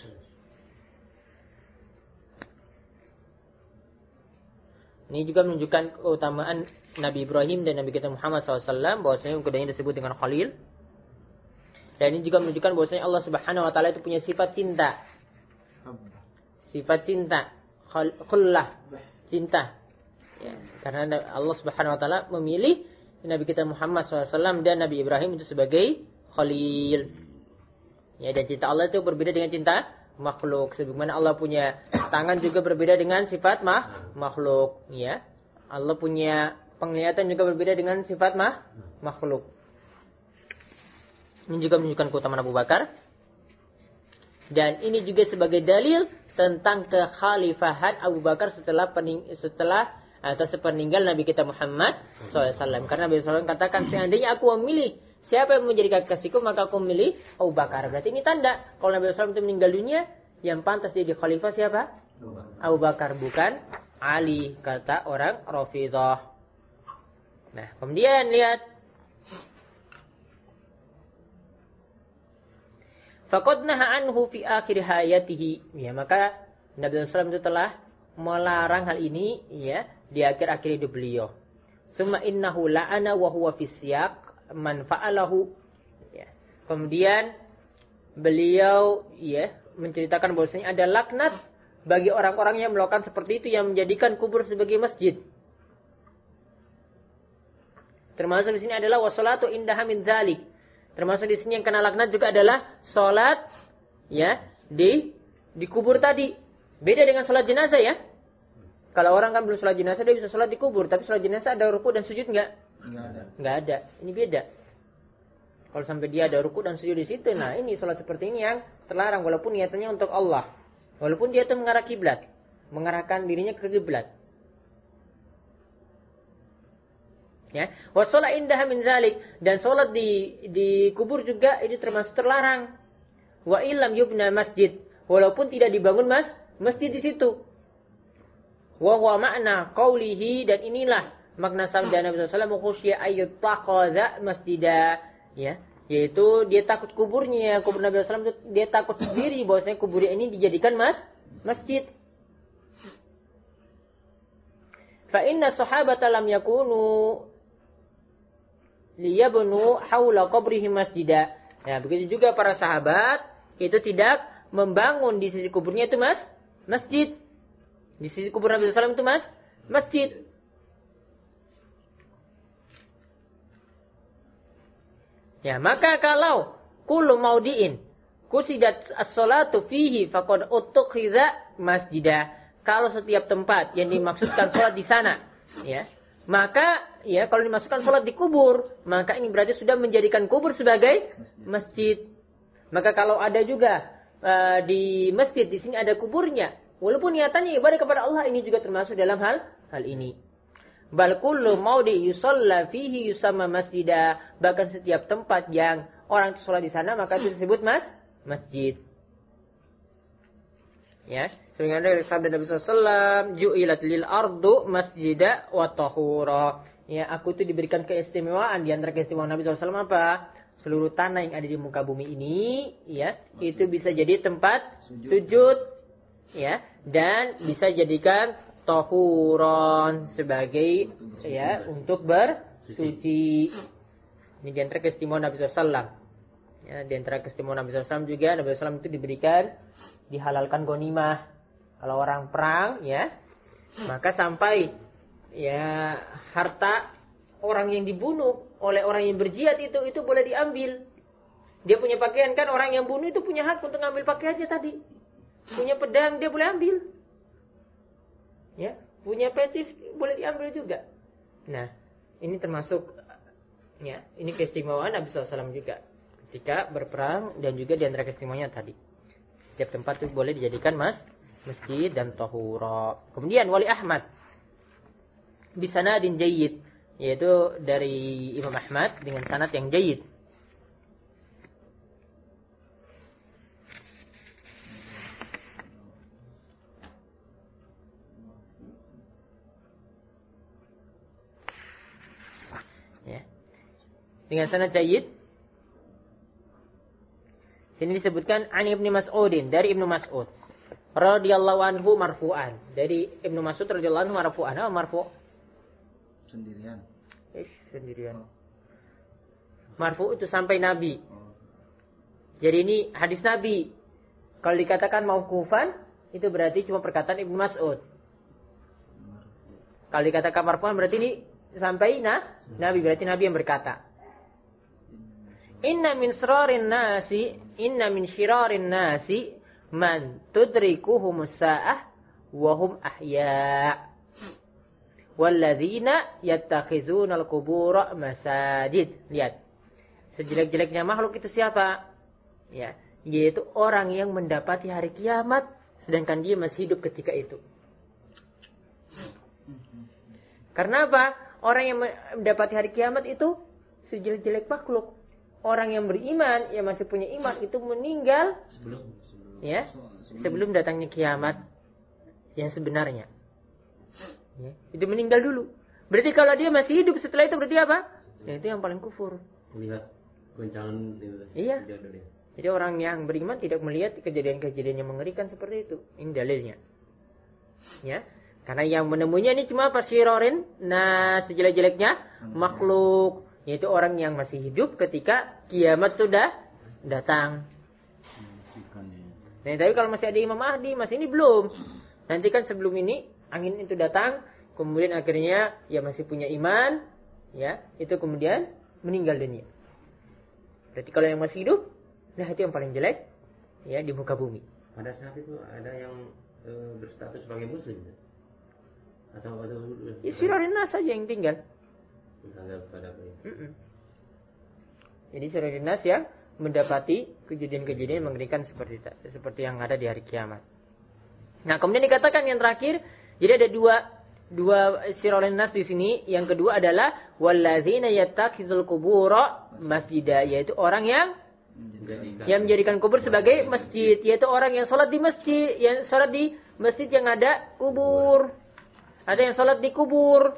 Ini juga menunjukkan keutamaan Nabi Ibrahim dan Nabi kita Muhammad SAW, bahwasanya keduanya disebut dengan Khalil. Dan ini juga menunjukkan bahwasanya Allah Subhanahu Wa Taala itu punya sifat cinta. Sifat cinta, khullah, cinta. Ya, karena Allah Subhanahu Wa Taala memilih Nabi kita Muhammad SAW dan Nabi Ibrahim itu sebagai Khalil. Ya, dan cinta Allah itu berbeda dengan cinta makhluk. Sebagaimana Allah punya tangan juga berbeda dengan sifat makhluk. Ya, Allah punya penglihatan juga berbeda dengan sifat makhluk. Ini juga menunjukkan keutamaan Abu Bakar. Dan ini juga sebagai dalil tentang kekhalifahan Abu Bakar setelah atau sepeninggal Nabi kita Muhammad SAW. Karena Nabi SAW katakan, seandainya aku memilih siapa yang menjadi kekasihku, maka aku memilih Abu Bakar. Berarti ini tanda kalau Nabi SAW itu meninggal dunia, yang pantas jadi khalifah siapa? Abu Bakar, bukan Ali, kata orang Rafidhah. Nah, kemudian lihat. Faqad naha anhu fi akhir hayatihi. Ya, maka Nabi SAW itu telah melarang hal ini, ya, di akhir-akhir hidup beliau. Summa innahu la'ana wa huwa fi siyaq man fa'alahu. Ya. Kemudian beliau, ya, menceritakan bahwasanya ada laknat bagi orang-orang yang melakukan seperti itu, yang menjadikan kubur sebagai masjid. Termasuk di sini adalah wassalatu indaha min dzalik. Termasuk di sini yang kena laknat juga adalah salat, ya, di kubur tadi. Beda dengan salat jenazah, ya. Kalau orang kan belum salat jenazah dia bisa salat di kubur, tapi salat jenazah ada ruku dan sujud enggak? Enggak ada. Ini beda. Kalau sampai dia ada ruku dan sujud di situ, nah ini salat seperti ini yang terlarang walaupun niatannya untuk Allah. Walaupun dia itu mengarah kiblat, mengarahkan dirinya ke kiblat. Ya, wa shalat indaha min zalik, dan salat di kubur juga ini termasuk terlarang. Wa illam yubna masjid, walaupun tidak dibangun masjid di situ. Wa huwa ma'na qaulihi, dan inilah makna sabda Nabi sallallahu alaihi wasallam, khusya ayyutakhadha masjida, ya, yaitu dia takut kuburnya, kubur Nabi sallallahu alaihi wasallam, dia takut sendiri bahwasanya kuburnya ini dijadikan masjid. Fa inna sahabata lam yakunu liyabnu haula qabrihi masjida. Nah, begitu juga para sahabat itu tidak membangun di sisi kuburnya itu masjid. Di sisi kubur Nabi sallallahu alaihi wasallam itu masjid. Ya, maka kalau kullu maudiin kusidat as-salatu fihi faqad uttakhiza masjida. Kalau setiap tempat yang dimaksudkan salat di sana, ya, maka ya kalau dimasukkan sholat di kubur, maka ini berarti sudah menjadikan kubur sebagai masjid. Maka kalau ada juga di masjid di sini ada kuburnya, walaupun niatannya ibadah kepada Allah, ini juga termasuk dalam hal ini. Bal kullu maudi yusalla fihi yusamma masjida. Bahkan setiap tempat yang orang sholat di sana maka itu disebut masjid. Ya, sebagaimana dari sabda Nabi SAW, ju'ilat lil ardu masjida wa tahura. Ya, aku itu diberikan keistimewaan. Di antara keistimewaan Nabi SAW apa? Seluruh tanah yang ada di muka bumi ini, ya, itu bisa jadi tempat sujud, ya, dan bisa jadikan tahuron sebagai, ya, untuk bersuci. Ini di antara keistimewaan Nabi SAW. Ya, di antara keistimewaan Nabi SAW juga, Nabi SAW itu diberikan, dihalalkan ghanimah. Kalau orang perang, ya, maka sampai, ya, harta orang yang dibunuh oleh orang yang berjihad itu boleh diambil. Dia punya pakaian kan, orang yang bunuh itu punya hak untuk ngambil pakaiannya tadi. Punya pedang, dia boleh ambil. Ya, punya pecis boleh diambil juga. Nah, ini termasuk, ya, ini keistimewaan Nabi SAW juga ketika berperang, dan juga di antara keistimewaannya tadi. Setiap tempat itu boleh dijadikan masjid dan tahura. Kemudian Wali Ahmad bisanadin jayyid, yaitu dari Imam Ahmad dengan sanad yang jayyid. Ya. Dengan sanad jayyid. Sini disebutkan an Ibnu Mas'udin, dari Ibnu Mas'ud radhiyallahu anhu marfu'an, dari Ibnu Mas'ud radhiyallahu anhu marfu'an. Apa marfu'?
Sendirian.
Sendirian. Marfu' itu sampai Nabi. Jadi ini hadis Nabi. Kalau dikatakan mauqufan, itu berarti cuma perkataan Ibnu Mas'ud. Kalau dikatakan marfu'an berarti ini sampai Nabi, berarti Nabi yang berkata. Inna min syirarin nasi man tudrikuhumus sa'ah wa hum ahya. Walladzina yattakhizunal qubura masajid. Lihat. Sejelek-jeleknya makhluk itu siapa? Ya, yaitu orang yang mendapati hari kiamat sedangkan dia masih hidup ketika itu. Karena apa? Orang yang mendapati hari kiamat itu sejelek-jelek makhluk. Orang yang beriman, yang masih punya iman itu meninggal sebelum datangnya kiamat yang sebenarnya. Ya, itu meninggal dulu. Berarti kalau dia masih hidup setelah itu berarti apa? Ya, itu yang paling kufur.
Melihat goncangan itu.
Iya. Jadi orang yang beriman tidak melihat kejadian-kejadian yang mengerikan seperti itu. Ini dalilnya. Ya. Karena yang menemuinya ini cuma pasyirorin, sejelek-jeleknya makhluk. Yaitu orang yang masih hidup ketika kiamat sudah datang. Nah, tapi kalau masih ada Imam Mahdi, masih ini belum. Nanti kan sebelum ini angin itu datang, kemudian akhirnya ya masih punya iman, ya itu kemudian meninggal dunia. Berarti kalau yang masih hidup, nah itu yang paling jelek, ya di muka bumi.
Pada saat itu ada yang berstatus sebagai muslim, atau
syirarin nas saja yang tinggal. Jadi syirarin nas yang mendapati kejadian-kejadian mengerikan seperti yang ada di hari kiamat. Nah, kemudian dikatakan yang terakhir, jadi ada dua syirarin nas di sini. Yang kedua adalah walladzina yattakhizul qubura masjida, yaitu orang yang menjadikan kubur sebagai masjid, yaitu orang yang sholat di masjid, yang sholat di masjid yang ada kubur. Ada yang sholat di kubur.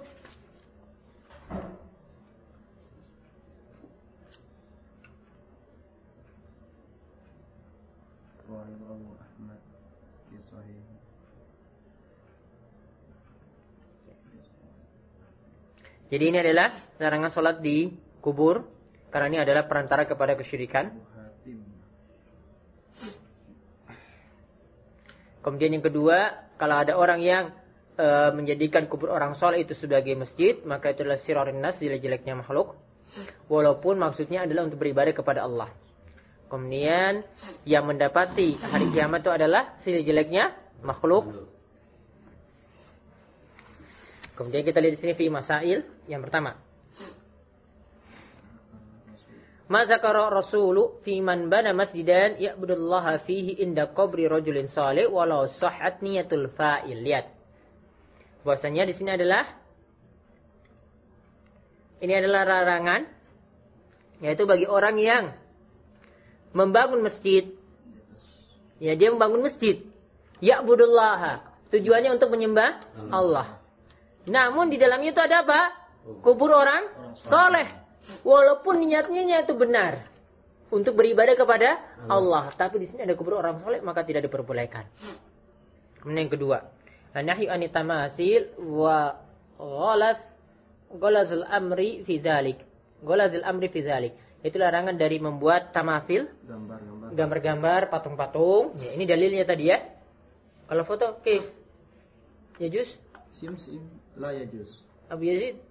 Jadi ini adalah larangan sholat di kubur, karena ini adalah perantara kepada kesyirikan. Kemudian yang kedua, kalau ada orang yang menjadikan kubur orang soleh itu sebagai masjid, maka itu adalah syirarin nas, jelek-jeleknya makhluk. Walaupun maksudnya adalah untuk beribadah kepada Allah. Kemudian yang mendapati hari kiamat itu adalah jelek-jeleknya makhluk. Kemudian kita lihat di sini fi masail yang pertama. Ma zakara rasulu fi man bana masjidan ya'budullaha fihi inda qabri rajulin salih walau sahhat niyatul fa'il. Lihat. Bahwasanya di sini adalah larangan, yaitu bagi orang yang membangun masjid. Ya, dia membangun masjid. Ya'budullaha. Tujuannya untuk menyembah Allah. Namun di dalamnya itu ada apa? Kubur orang soleh. Walaupun niatnya itu benar untuk beribadah kepada Allah, tapi di sini ada kubur orang soleh, maka tidak diperbolehkan. Kemudian yang kedua, nahyi anitamasil wa ghalazul amri fi dzalik. Ghalazul amri fi dzalik. Itu larangan dari membuat tamasil, gambar-gambar, patung-patung. Ya, ini dalilnya tadi ya. Kalau foto, oke. Ya juz?
Sim la ya juz.
Abu Yazid?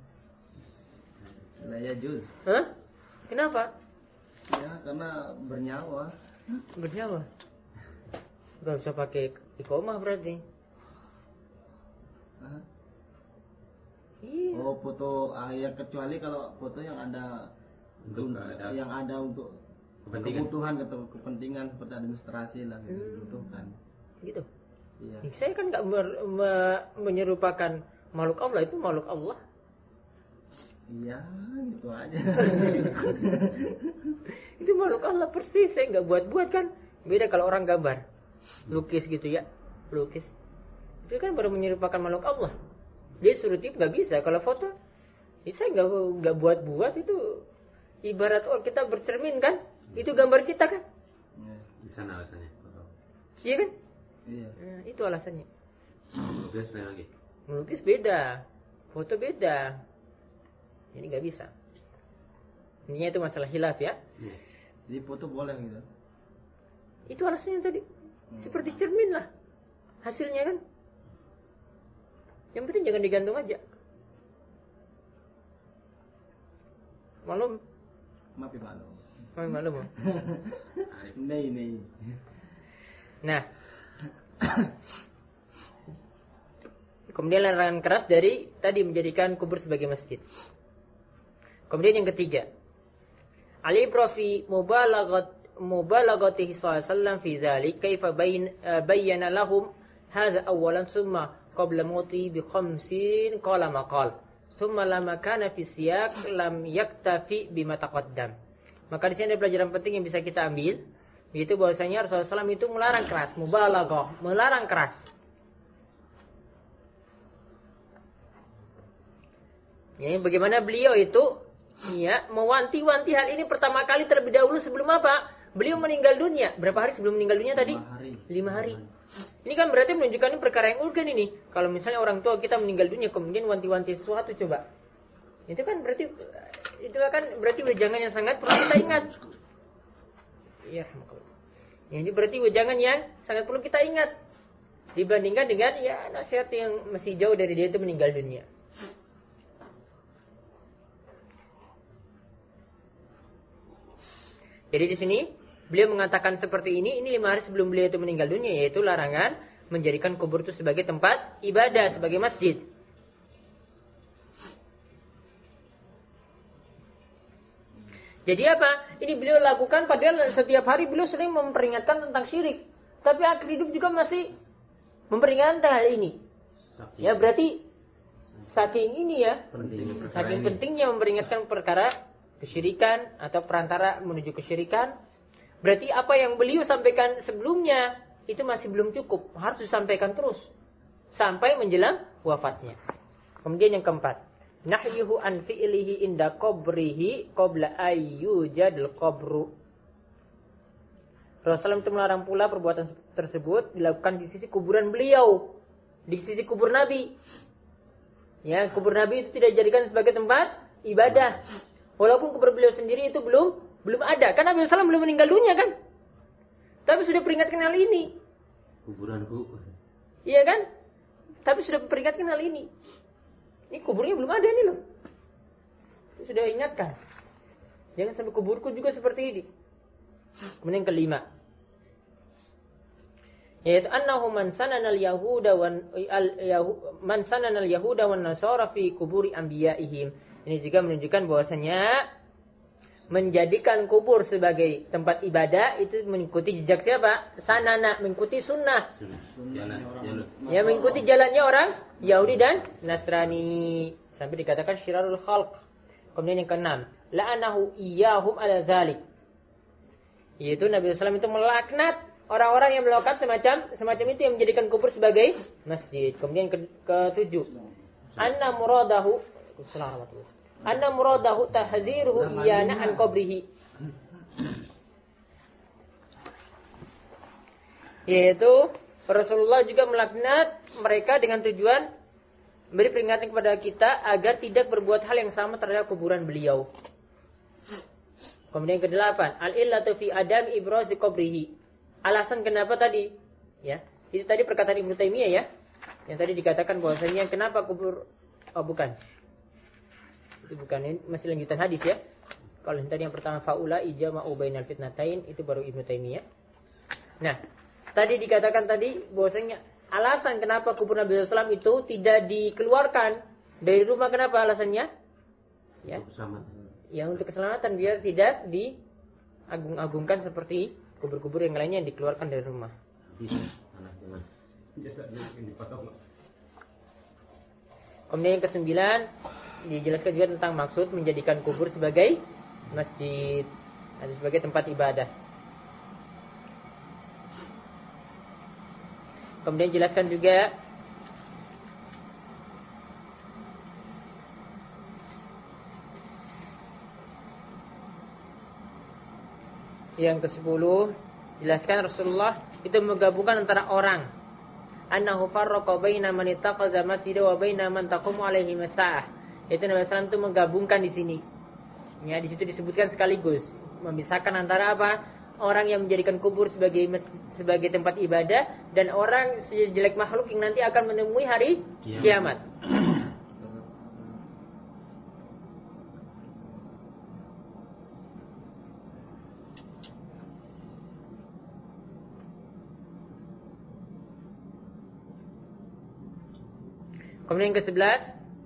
La ya juz.
Hah? Kenapa?
Ya, karena bernyawa.
Bernyawa. Gak usah pakai iqomah berarti.
Hah?
Iya.
Oh, foto ya, kecuali kalau foto yang ada untuk kebutuhan atau kepentingan seperti administrasi lah gitu, dibutuhkan.
Gitu.
Iya.
Saya kan nggak menyerupakan makhluk Allah, itu makhluk Allah.
Iya, gitu aja.
Itu makhluk Allah persis, saya nggak buat-buat kan. Beda kalau orang gambar, lukis gitu ya, lukis. Itu kan baru menyerupakan makhluk Allah. Dia suruh tip nggak bisa. Kalau foto, saya nggak buat-buat, itu ibarat kita bercermin kan, itu gambar kita kan.
Di sana alasannya.
Iya kan?
Iya.
Nah, itu alasannya.
Melukis lagi.
Melukis beda, foto beda. Ini nggak bisa. Intinya itu masalah khilaf ya.
Jadi foto boleh gitu.
Itu alasannya tadi. Seperti cermin lah hasilnya kan. Yang penting jangan digantung aja. Malum.
Maaf ya, malum.
Malum.
Nih.
Nah. Kemudian larangan keras dari tadi menjadikan kubur sebagai masjid. Kemudian yang ketiga, al-ibra fi mubalaghatihi sallallahu alaihi wasallam fi dzalik kaifa bayyana lahum hadza awwalan thumma qabla mauti bi 50 qala maqal thumma lama kana fi siyaq lam yaktafi bima taqaddam. Maka di sini ada pelajaran penting yang bisa kita ambil, yaitu bahwasanya Rasulullah SAW itu melarang keras, mubalaghah, melarang keras. Ya, bagaimana beliau itu mewanti-wanti hal ini pertama kali terlebih dahulu sebelum apa? Beliau meninggal dunia. Berapa hari sebelum meninggal dunia tadi? 5 hari. Ini kan berarti menunjukkan ini perkara yang urgen ini. Kalau misalnya orang tua kita meninggal dunia kemudian wanti-wanti sesuatu, coba. Itu kan berarti wejangan yang sangat perlu kita ingat. Iya, ini berarti wejangan yang sangat perlu kita ingat dibandingkan dengan nasihat yang masih jauh dari dia itu meninggal dunia. Jadi di sini beliau mengatakan seperti ini 5 hari sebelum beliau itu meninggal dunia, yaitu larangan menjadikan kubur itu sebagai tempat ibadah, sebagai masjid. Jadi apa? Ini beliau lakukan padahal setiap hari beliau sering memperingatkan tentang syirik. Tapi akhir hidup juga masih memperingatkan hal ini. Ya berarti saking ini ya, saking pentingnya memperingatkan perkara kesyirikan atau perantara menuju kesyirikan. Berarti apa yang beliau sampaikan sebelumnya itu masih belum cukup, harus disampaikan terus sampai menjelang wafatnya. Kemudian yang keempat, nahyuhu an fi'lihi inda qabrihi qabla ayyujadil qabru. Rasulullah itu melarang pula perbuatan tersebut dilakukan di sisi kuburan beliau, di sisi kubur Nabi. Ya, kubur Nabi itu tidak dijadikan sebagai tempat ibadah. Walaupun kubur beliau sendiri itu belum ada. Kan Nabi SAW belum meninggal dunia kan. Tapi sudah peringatkan hal ini.
Kuburanku.
Iya kan? Tapi sudah peringatkan hal ini. Ini kuburnya belum ada nih loh. Sudah ingatkan. Jangan sampai kuburku juga seperti ini. Kemudian yang kelima. Yaitu annahu man sanana al-yahuda wan nasara fi kuburi anbiya'ihim. Ini juga menunjukkan bahwasanya menjadikan kubur sebagai tempat ibadah itu mengikuti jejak siapa? Sanana, mengikuti sunnah. Ya, mengikuti jalannya orang Yahudi dan Nasrani. Sampai dikatakan syirarul khalq. Kemudian yang keenam, la'anahu iyyahum ala dzalik. Yaitu Nabi SAW itu melaknat orang-orang yang melakukan semacam itu, yang menjadikan kubur sebagai masjid. Kemudian ketujuh, anna muradahu tahdziruhu iyana an qabrihi. Yaitu Rasulullah juga melaknat mereka dengan tujuan memberi peringatan kepada kita agar tidak berbuat hal yang sama terhadap kuburan beliau. Kemudian kedelapan, al-illatu fi adam ibrazi qabrihi. Alasan kenapa tadi? Ya, itu tadi perkataan Ibnu Taimiyah ya. Yang tadi dikatakan bahwasanya kenapa kubur bukan. Itu bukan, ini masih lanjutan hadis ya. Kalau yang tadi yang pertama faula ijma'u bainal fitnatain, itu baru Ibnu Taimiyah. Nah, tadi dikatakan tadi bahwasanya alasan kenapa kubur Nabi SAW itu tidak dikeluarkan dari rumah, kenapa alasannya? Ya. Ya, untuk keselamatan biar tidak diagung-agungkan seperti kubur-kubur yang lainnya yang dikeluarkan dari rumah. Kemudian yang kesembilan dijelaskan juga tentang maksud menjadikan kubur sebagai masjid atau sebagai tempat ibadah. Kemudian jelaskan juga yang ke-10, jelaskan Rasulullah itu menggabungkan antara orang. Annahu farraqa baina man ittakhadha masjidan wa baina man taqumu alaihi mas'ah. Itu Nabi sallallahu alaihi wasallam itu menggabungkan di sini. Ya, di situ disebutkan sekaligus memisahkan antara apa? Orang yang menjadikan kubur sebagai tempat ibadah dan orang sejelek makhluk yang nanti akan menemui hari kiamat. Kemudian yang ke-11,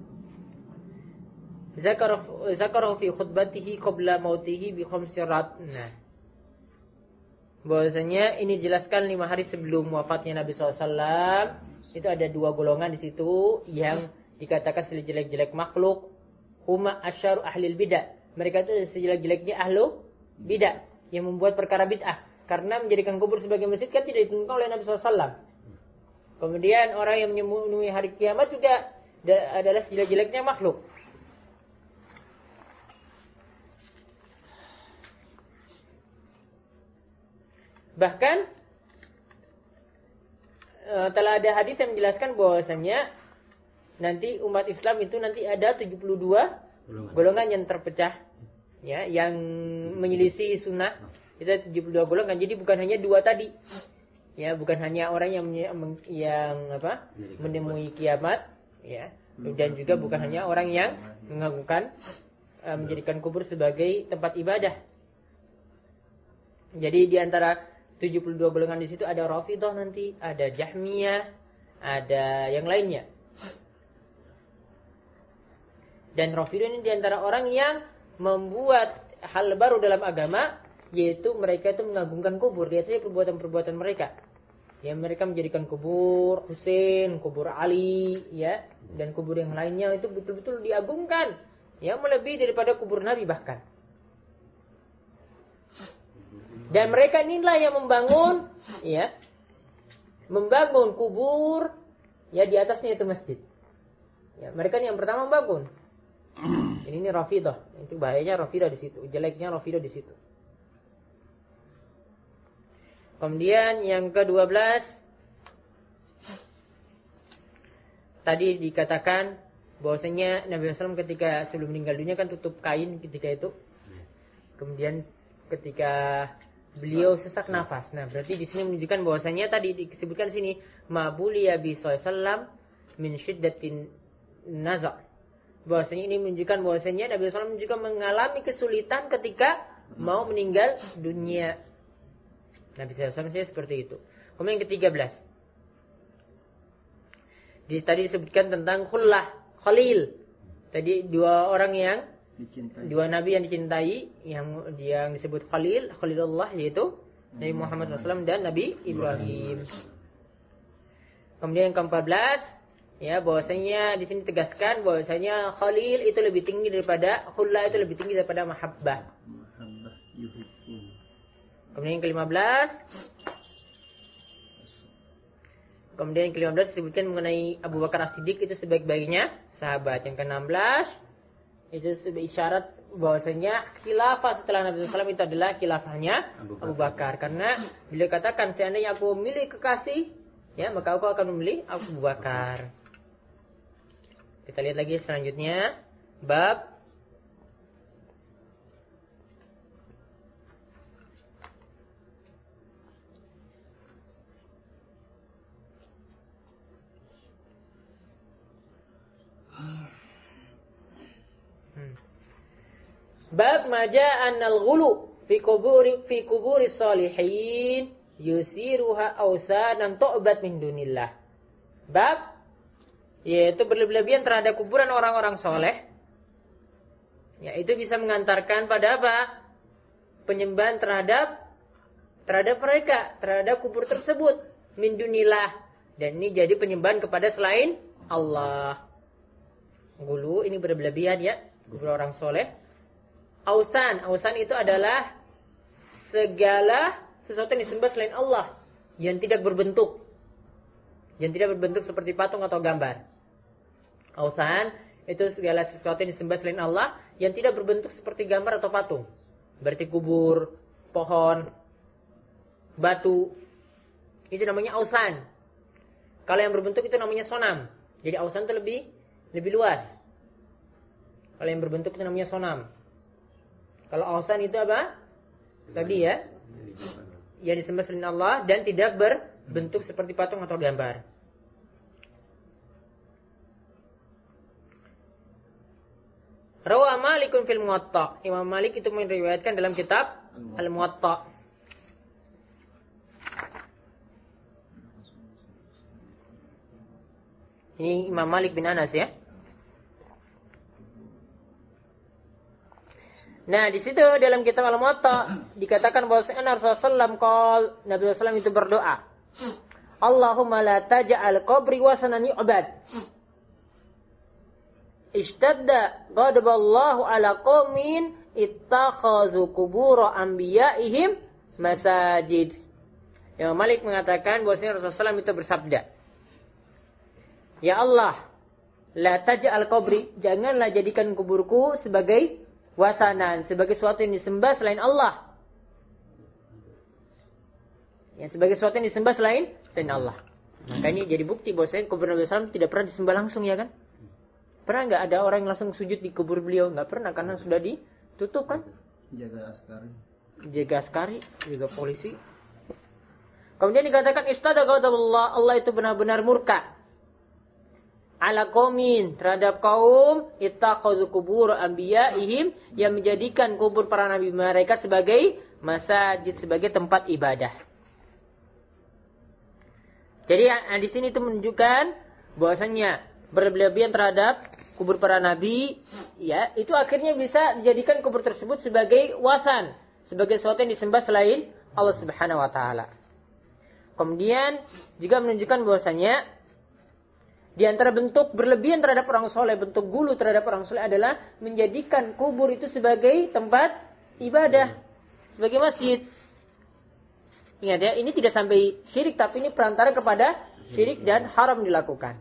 zakarahu fi khutbatihi qabla mautihi bi khamsi rat. Nah, bahwasanya ini dijelaskan 5 hari sebelum wafatnya Nabi SAW. Itu ada 2 golongan di situ yang dikatakan sejelek-jelek makhluk. Huma asyaru ahlil bid'ah. Mereka itu sejelek-jeleknya ahlu bid'ah yang membuat perkara bid'ah. Karena menjadikan kubur sebagai masjid kan tidak ditentukan oleh Nabi SAW. Kemudian orang yang menemui hari kiamat juga adalah sejelek-jeleknya makhluk. Bahkan telah ada hadis yang menjelaskan bahwasanya nanti umat Islam itu nanti ada 72 golongan yang terpecah, ya, yang menyelisih sunnah. Itu 72 golongan. Jadi bukan hanya 2 tadi. Ya, bukan hanya orang yang menemui kiamat, ya, dan juga bukan hanya orang yang mengagukan menjadikan kubur sebagai tempat ibadah. Jadi di antara 72 golongan di situ ada Rafidhah nanti, ada Jahmiyah, ada yang lainnya. Dan Rafidhah ini di antara orang yang membuat hal baru dalam agama, yaitu mereka itu mengagungkan kubur. Lihat saja perbuatan-perbuatan mereka. Ya, mereka menjadikan kubur Husain, kubur Ali, ya, dan kubur yang lainnya itu betul-betul diagungkan. Ya, melebihi daripada kubur Nabi bahkan. Dan mereka inilah yang membangun, ya, membangun kubur, ya, di atasnya itu masjid. Ya, mereka ini yang pertama membangun. Ini Rafidhah. Itu bahayanya Rafidhah di situ, jeleknya Rafidhah di situ. Kemudian yang ke-12, tadi dikatakan bahwasanya Nabi SAW ketika sebelum meninggal dunia kan tutup kain ketika itu. Kemudian ketika beliau sesak nafas. Nah, berarti di sini menunjukkan bahwasanya tadi disebutkan di sini mabuliya bi sallam min syiddatin naza. Bahwasanya ini menunjukkan bahwasanya Nabi SAW juga mengalami kesulitan ketika mau meninggal dunia. Nabi SAW seperti itu. Kemudian yang ke-13. Tadi disebutkan tentang khullah, khalil. Tadi dua orang yang dicintai. Dua nabi yang dicintai, yang disebut khalil, khalilullah, yaitu Nabi Muhammad SAW dan Nabi Ibrahim. Kemudian yang ke-14, ya, bahwasanya di sini tegaskan bahwasanya khalil itu lebih tinggi daripada khullah, itu lebih tinggi daripada mahabbah. Kemudian yang ke-15, disebutkan mengenai Abu Bakar As-Siddiq itu sebaik-baiknya sahabat. Yang ke-16 itu sebagai isyarat bahwasanya khilafah setelah Nabi SAW itu adalah khilafahnya Abu Bakar. Karena beliau katakan, seandainya aku memilih kekasih, ya, maka aku akan memilih Abu Bakar. Kita lihat lagi selanjutnya, bab bab maja'an al-ghulu fi kuburi salihin yusiruha awsanan tu'bad min dunillah. Bab yaitu berlebihan terhadap kuburan orang-orang soleh. Ya, itu bisa mengantarkan pada apa? Penyembahan terhadap mereka, terhadap kubur tersebut, min dunillah. Dan ini jadi penyembahan kepada selain Allah. Gulu ini berlebihan, ya, kubur orang soleh. Ausan itu adalah segala sesuatu yang disembah selain Allah yang tidak berbentuk. Yang tidak berbentuk seperti patung atau gambar. Ausan itu segala sesuatu yang disembah selain Allah yang tidak berbentuk seperti gambar atau patung. Berarti kubur, pohon, batu. Itu namanya ausan. Kalau yang berbentuk itu namanya sonam. Jadi ausan itu lebih luas. Kalau yang berbentuk itu namanya sonam. Kalau ausan itu apa? Tadi, ya, yang disembah selain Allah dan tidak berbentuk seperti patung atau gambar. Rawa Malikun fil Muwatta. Imam Malik itu meriwayatkan dalam kitab Al-Muwatta. Ini Imam Malik bin Anas, ya. Nah, di situ dalam kitab Al-Muwatta dikatakan bahwa Rasulullah SAW Nabi SAW itu berdoa, Allahumma la taj'al qabri wasanan yu'bad. Ishtadda ghadaballahu ala qaumin ittakhazu qubur anbiya'ihim masajid. Imam Malik mengatakan bahwa Rasulullah SAW itu bersabda, ya Allah, la taj'al qabri, janganlah jadikan kuburku sebagai wasanan, sebagai sesuatu yang disembah selain Allah. Yang sebagai sesuatu yang disembah selain Allah. Makanya jadi bukti bahwasanya kubur Nabi SAW tidak pernah disembah langsung, ya kan? Pernah nggak ada orang yang langsung sujud di kubur beliau? Nggak pernah, karena sudah ditutup, kan? Jaga askari, jaga polisi. Kemudian dikatakan istada ghadabullah, Allah itu benar-benar murka ala qaumin, terhadap kaum ittakhadzu qubur anbiya'ihim, yang menjadikan kubur para nabi mereka sebagai masjid, sebagai tempat ibadah. Jadi di sini itu menunjukkan bahwasanya berlebihan terhadap kubur para nabi, ya, itu akhirnya bisa dijadikan kubur tersebut sebagai wasan, sebagai sesuatu yang disembah selain Allah Subhanahu wa taala. Kemudian juga menunjukkan bahwasanya di antara bentuk berlebihan terhadap orang soleh, bentuk gulu terhadap orang soleh adalah menjadikan kubur itu sebagai tempat ibadah, sebagai masjid. Ingat, ya, ini tidak sampai syirik, tapi ini perantara kepada syirik dan haram dilakukan.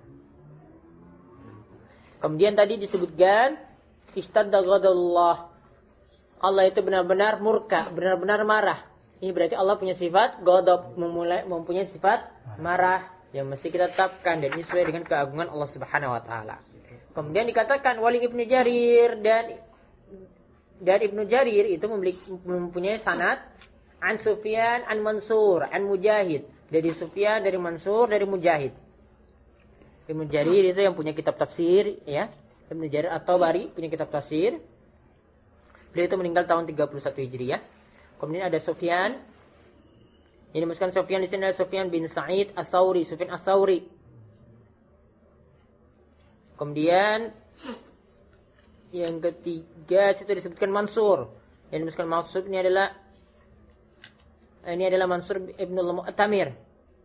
Kemudian tadi disebutkan istadda ghadabullah, Allah itu benar-benar murka, benar-benar marah. Ini berarti Allah punya sifat ghadab, mempunyai sifat marah, yang mesti kita tetapkan, dan ini sesuai dengan keagungan Allah Subhanahu wa taala. Kemudian dikatakan wali Ibnu Jarir, dan Ibnu Jarir itu mempunyai sanad an Sufyan an Mansur an Mujahid, dari Sufyan, dari Mansur, dari Mujahid. Ibnu Jarir itu yang punya kitab tafsir, ya. Ibnu Jarir At-Tabari punya kitab tafsir. Beliau itu meninggal tahun 31 Hijriah. Kemudian ada Sufyan, Ini dimasukkan Sufyan di sini adalah Sufyan bin Sa'id Ats-Tsauri, Sufyan Ats-Tsauri. Kemudian yang ketiga situ disebutkan Mansur. Yang dimasukkan Mansur ini adalah Mansur ibn al-Mu'tamir.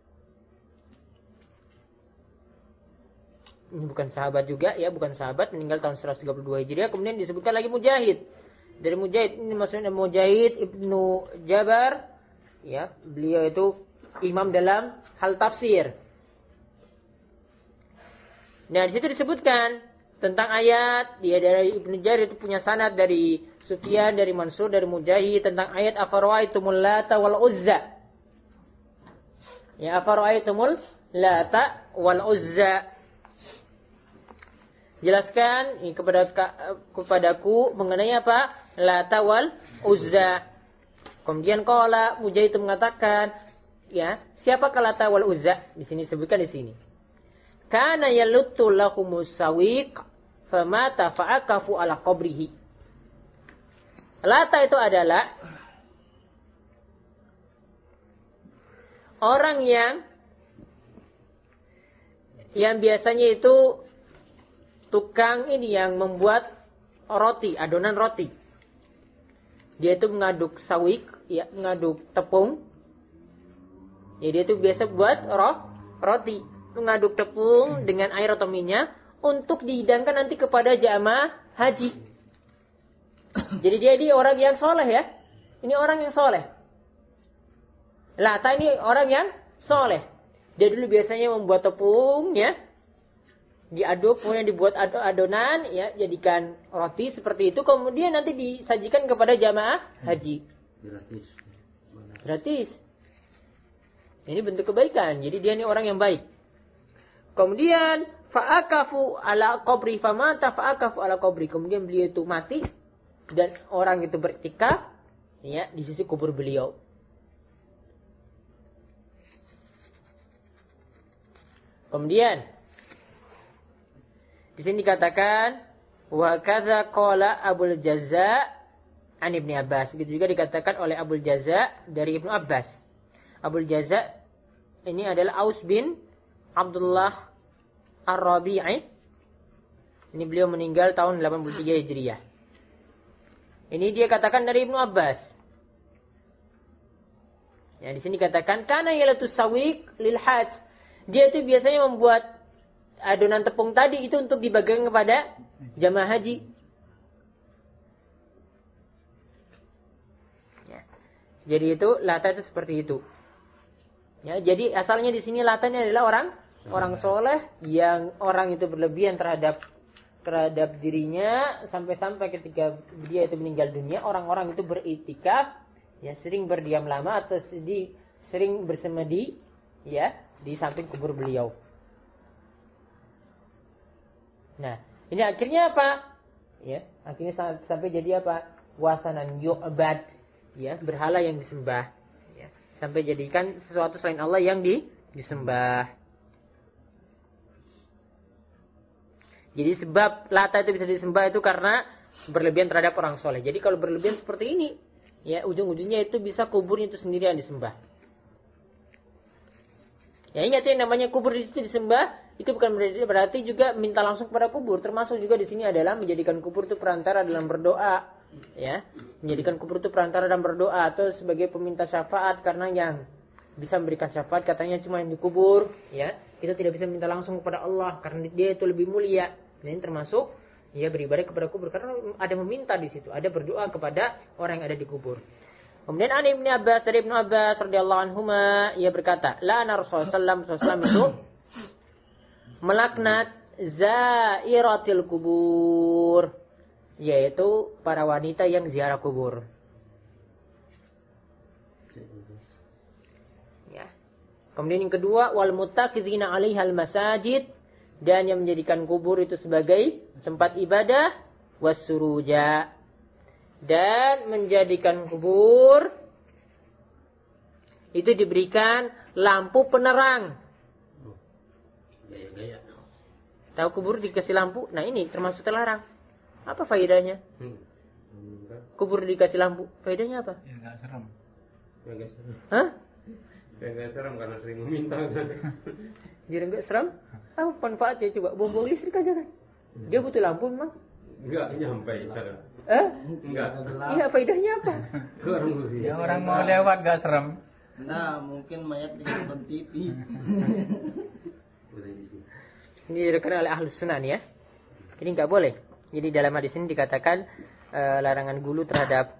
Ini bukan sahabat juga ya, bukan sahabat, meninggal tahun 132 Hijriah. Kemudian disebutkan lagi Mujahid. Dari Mujahid ini maksudnya Mujahid ibnu Jabar, ya, beliau itu imam dalam hal tafsir. Nah, di situ disebutkan tentang ayat, dia dari Ibnu Jarir itu punya sanad dari Sufyan, dari Mansur, dari Mujahid tentang ayat afara'aitumul Lata wal Uzza. Ya, afara'aitumul Lata wal Uzza. Jelaskan kepadaku mengenai apa? Lata wal Uzza. Kemudian qala Mujahid itu mengatakan, ya, siapakah Lata wal Uzza? Di sini sebutkan di sini. Kana yaluttu lahumus sawiq famata fa'akafu ala qabrihi. Lata itu adalah orang yang biasanya itu tukang ini yang membuat roti, adonan roti. Dia itu mengaduk sawiq, ya, mengaduk tepung. Ya, dia itu biasa buat roti. Mengaduk tepung dengan air atau minyak untuk dihidangkan nanti kepada jamaah haji. Jadi dia ini orang yang soleh ya. Ini orang yang soleh. Lata ini orang yang soleh. Dia dulu biasanya membuat tepung ya. Diaduk, kemudian dibuat adonan ya. Jadikan roti seperti itu. Kemudian nanti disajikan kepada jamaah haji. Gratis. Ini bentuk kebaikan. Jadi dia ini orang yang baik. Kemudian fa'akafu ala qabri famata fa'akafu ala qabri. Kemudian beliau itu mati dan orang itu beriktikaf ya di sisi kubur beliau. Kemudian di sini dikatakan wa kadza qala Abul Jazza an Ibnu Abbas. Begitu juga dikatakan oleh Abul Jazza dari Ibnu Abbas. Abul Jazza ini adalah Aus bin Abdullah Ar-Rabi'i. Ini beliau meninggal tahun 83 Hijriah. Ini dia katakan dari Ibnu Abbas. Ya, di sini katakan kana yalatus sawiq lil hajj. Dia itu biasanya membuat adonan tepung tadi itu untuk dibagikan kepada jamaah haji. Ya. Jadi itu Lata itu seperti itu. Ya, jadi asalnya di sini Lata ini adalah orang soleh yang orang itu berlebihan terhadap dirinya sampai ketika dia itu meninggal dunia orang-orang itu beriktikaf ya, sering berdiam lama atau sering bersemedi ya di samping kubur beliau. Nah, ini akhirnya apa? Ya, akhirnya sampai jadi apa? Wasanan yu'bad ya, berhala yang disembah ya. Sampai jadikan sesuatu selain Allah yang disembah. Jadi sebab Lata itu bisa disembah itu karena berlebihan terhadap orang soleh. Jadi kalau berlebihan seperti ini, ya ujung-ujungnya itu bisa kuburnya itu sendiri yang disembah. Ya ingat ya, namanya kubur di situ disembah, itu bukan berarti juga minta langsung kepada kubur. Termasuk juga di sini adalah menjadikan kubur itu perantara dalam berdoa, ya, menjadikan kubur itu perantara dalam berdoa atau sebagai peminta syafaat karena yang bisa memberikan syafaat katanya cuma yang dikubur, ya. Kita tidak bisa minta langsung kepada Allah karena dia itu lebih mulia. Ini termasuk ya beribadah kepada kubur karena ada meminta di situ, ada berdoa kepada orang yang ada di kubur. Kemudian ada Ibnu Abbas, dari Ibnu Abbas radhiyallahu anhuma, ia berkata, "La Rasulullah sallallahu alaihi wasallam itu melaknat zairatil kubur, yaitu para wanita yang ziarah kubur." Ya. Kemudian yang kedua, wal muttaqizina 'alaihal masajid, dan yang menjadikan kubur itu sebagai tempat ibadah, wasuruja, dan menjadikan kubur itu diberikan lampu penerang.
Gaya-gaya.
Tahu kubur dikasih lampu? Nah ini termasuk terlarang. Apa faedahnya? Kubur dikasih lampu, faedahnya apa?
Ya enggak serem.
Agak serem.
Hah?
Kayak nggak serem karena sering meminta.
Jadi nggak serem? Apa manfaatnya coba? Buang listrik aja kan? Dia butuh lampu memang?
Enggak nyampe sana. Enggak.
Iya, faedahnya apa?
Ya orang mau lewat nggak serem.
Nah, mungkin mayat nonton TV.
Ini diriwayatkan oleh Ahlus Sunan ya. Ini nggak boleh. Jadi dalam hadis ini dikatakan larangan gulu terhadap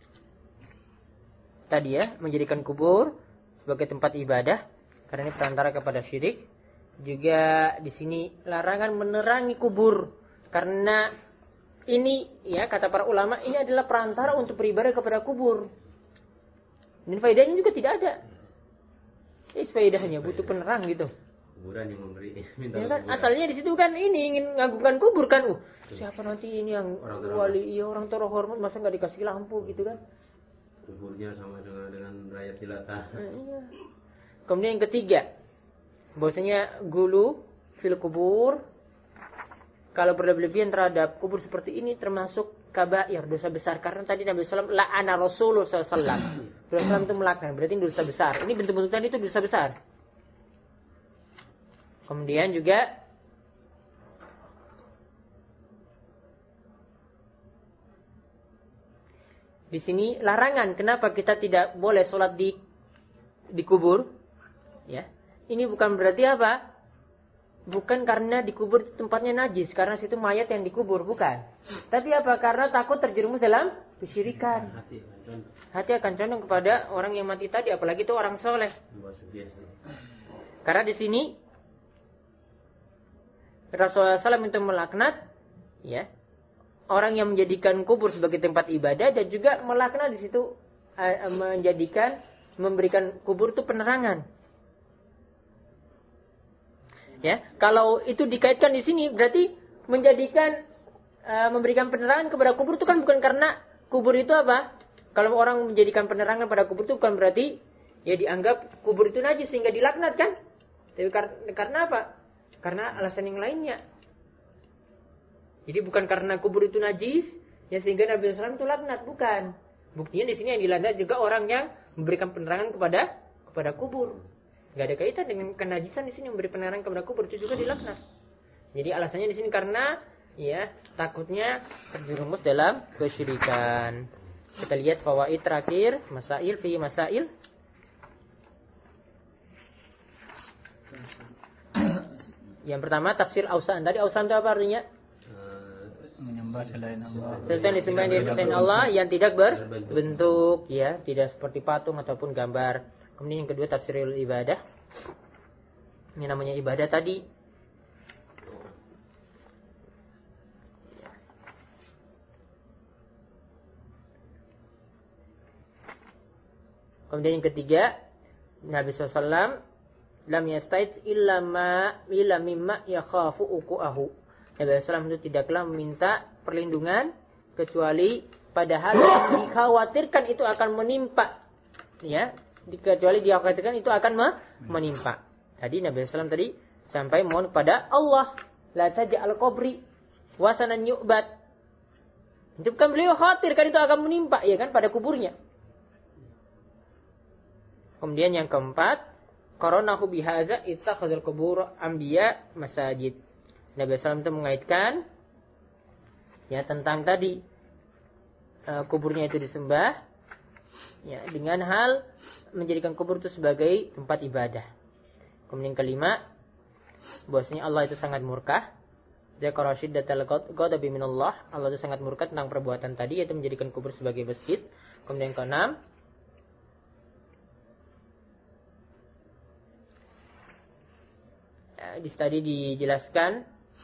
tadi ya, menjadikan kubur sebagai tempat ibadah karena ini perantara kepada syirik. Juga di sini larangan menerangi kubur karena ini ya kata para ulama ini adalah perantara untuk beribadah kepada kubur. Dan faedahnya juga tidak ada. Ini faedahnya butuh penerang gitu.
Kuburan yang memberi minta
ya kan
kuburan.
asalnya di situ kan ini ingin mengagungkan kubur kan. Siapa nanti ini yang wali orang terhormat masa nggak dikasih lampu gitu kan?
Kuburnya sama dengan rakyat jelata.
Iya. Kemudian yang ketiga, bahwasanya gulu fil kubur kalau berlebihan terhadap kubur seperti ini termasuk kabair, dosa besar karena tadi Nabi sallallahu alaihi wasallam la'ana Rasulullah sallallahu alaihi wasallam. Rasulullah itu melaknat, berarti ini dosa besar. Ini bentuk-bentuk tadi itu dosa besar. Kemudian juga di sini larangan kenapa kita tidak boleh sholat di kubur, ya. Ini bukan berarti apa? Bukan karena dikubur tempatnya najis, karena situ mayat yang dikubur, bukan. Tapi apa? Karena takut terjerumus dalam kesyirikan. Hati akan condong kepada orang yang mati tadi, apalagi itu orang soleh. Karena di sini Rasulullah SAW itu melaknat, ya, orang yang menjadikan kubur sebagai tempat ibadah dan juga melaknat di situ memberikan kubur itu penerangan. Ya, kalau itu dikaitkan di sini berarti memberikan penerangan kepada kubur itu kan bukan karena kubur itu apa? Kalau orang menjadikan penerangan pada kubur itu bukan berarti ya dianggap kubur itu najis sehingga dilaknat kan? Tapi karena apa? Karena alasan yang lainnya. Jadi bukan karena kubur itu najis ya sehingga Nabi SAW itu laknat, bukan. Buktinya di sini yang dilaknat juga orang yang memberikan penerangan kepada kubur. Gak ada kaitan dengan kenajisan di sini memberi penerangan kepada kubur itu juga dilaknat. Jadi alasannya di sini karena ya takutnya terjerumus dalam kesyirikan. Kita lihat fawaid terakhir, masail fi masail. Yang pertama tafsir ausan. Tadi ausan itu apa artinya?
Menyembah selain Allah.
Sesuatu yang disembah selain Allah yang tidak berbentuk, ya, tidak seperti patung ataupun gambar. Kemudian yang kedua tafsirul ibadah. Ini namanya ibadah tadi. Kemudian yang ketiga, Nabi SAW lam yastaiz illa mimma yakhafu uquahu. Nabi SAW itu tidaklah meminta perlindungan kecuali pada hal yang dikhawatirkan itu akan menimpa. Ya, kecuali dikhawatirkan itu akan menimpa. Tadi Nabi SAW tadi sampai mohon kepada Allah, la taj'al qabri wasanan yu'bad. Itu bukan beliau khawatirkan itu akan menimpa, ya kan, pada kuburnya. Kemudian yang keempat, qaronahu bihaza ittakhadzal qubur anbiya masajid. Nabi SAW itu mengaitkan ya tentang tadi kuburnya itu disembah ya dengan hal menjadikan kubur itu sebagai tempat ibadah. Kemudian kelima, bahwasanya Allah itu sangat murka. Dzakara syiddatal ghadabi minallah. Allah itu sangat murka tentang perbuatan tadi yaitu menjadikan kubur sebagai masjid. Kemudian keenam, di tadi dijelaskan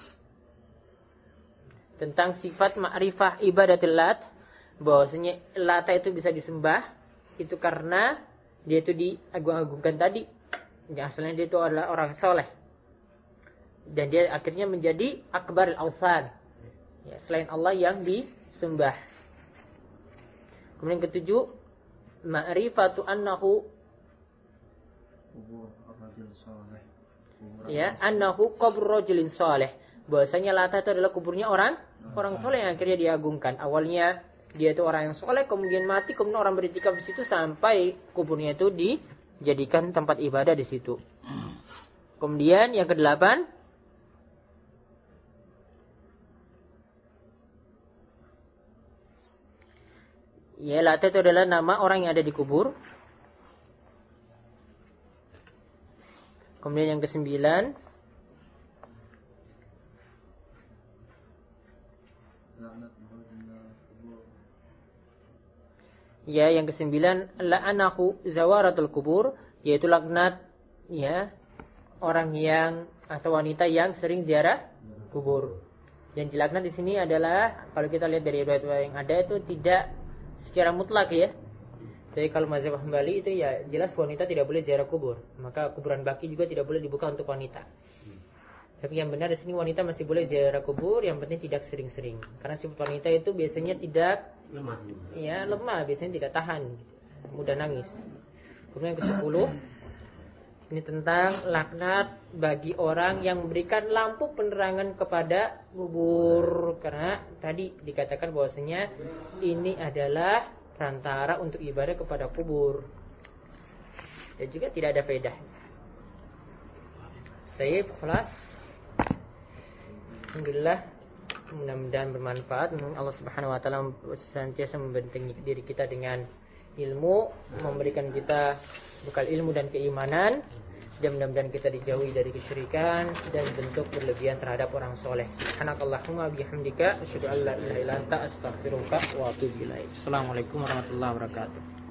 tentang sifat ma'rifah ibadatil Lat, bahwasanya Lata itu bisa disembah itu karena dia itu diagung-agungkan tadi. Asalnya dia itu adalah orang soleh dan dia akhirnya menjadi akbarul awsan, ya, selain Allah yang disembah. Kemudian ketujuh, ma'rifatu annahu ya annahu qabru rajulin saleh, bahwasanya Lata itu adalah kuburnya orang soleh yang akhirnya diagungkan. Awalnya dia itu orang yang soleh, kemudian mati, kemudian orang beriktikaf di situ sampai kuburnya itu jadikan tempat ibadah di situ. Kemudian yang kedelapan, ya, Lata itu adalah nama orang yang ada di kubur. Kemudian yang kesembilan, ya, yang kesembilan, la'anahu zawaratul kubur, yaitu laknat, ya, orang yang atau wanita yang sering ziarah kubur. Yang dilaknat di sini adalah, kalau kita lihat dari riwayat yang ada itu tidak secara mutlak, ya. Jadi kalau mazhab Hambali itu ya jelas wanita tidak boleh ziarah kubur. Maka kuburan baki juga tidak boleh dibuka untuk wanita. Tapi yang benar di sini wanita masih boleh ziarah kubur, yang penting tidak sering-sering. Karena sifat wanita itu biasanya tidak lemah. Ya, lemah, biasanya tidak tahan, mudah nangis. Kemudian yang ke-10, ini tentang laknat bagi orang yang memberikan lampu penerangan kepada kubur. Karena tadi dikatakan bahwasanya ini adalah perantara untuk ibadah kepada kubur. Dan juga tidak ada faedah. Baik, kelas. Alhamdulillah, mudah-mudahan bermanfaat. Allah Subhanahu wa taala senantiasa membentengi diri kita dengan ilmu, memberikan kita bekal ilmu dan keimanan, dan mudah-mudahan kita dijauhi dari kesyirikan dan bentuk berlebihan terhadap orang soleh. Subhanakallahumma bihamdika asyhadu an la ilaha illa anta astaghfiruka wa atubu ilaik. Assalamualaikum warahmatullahi wabarakatuh.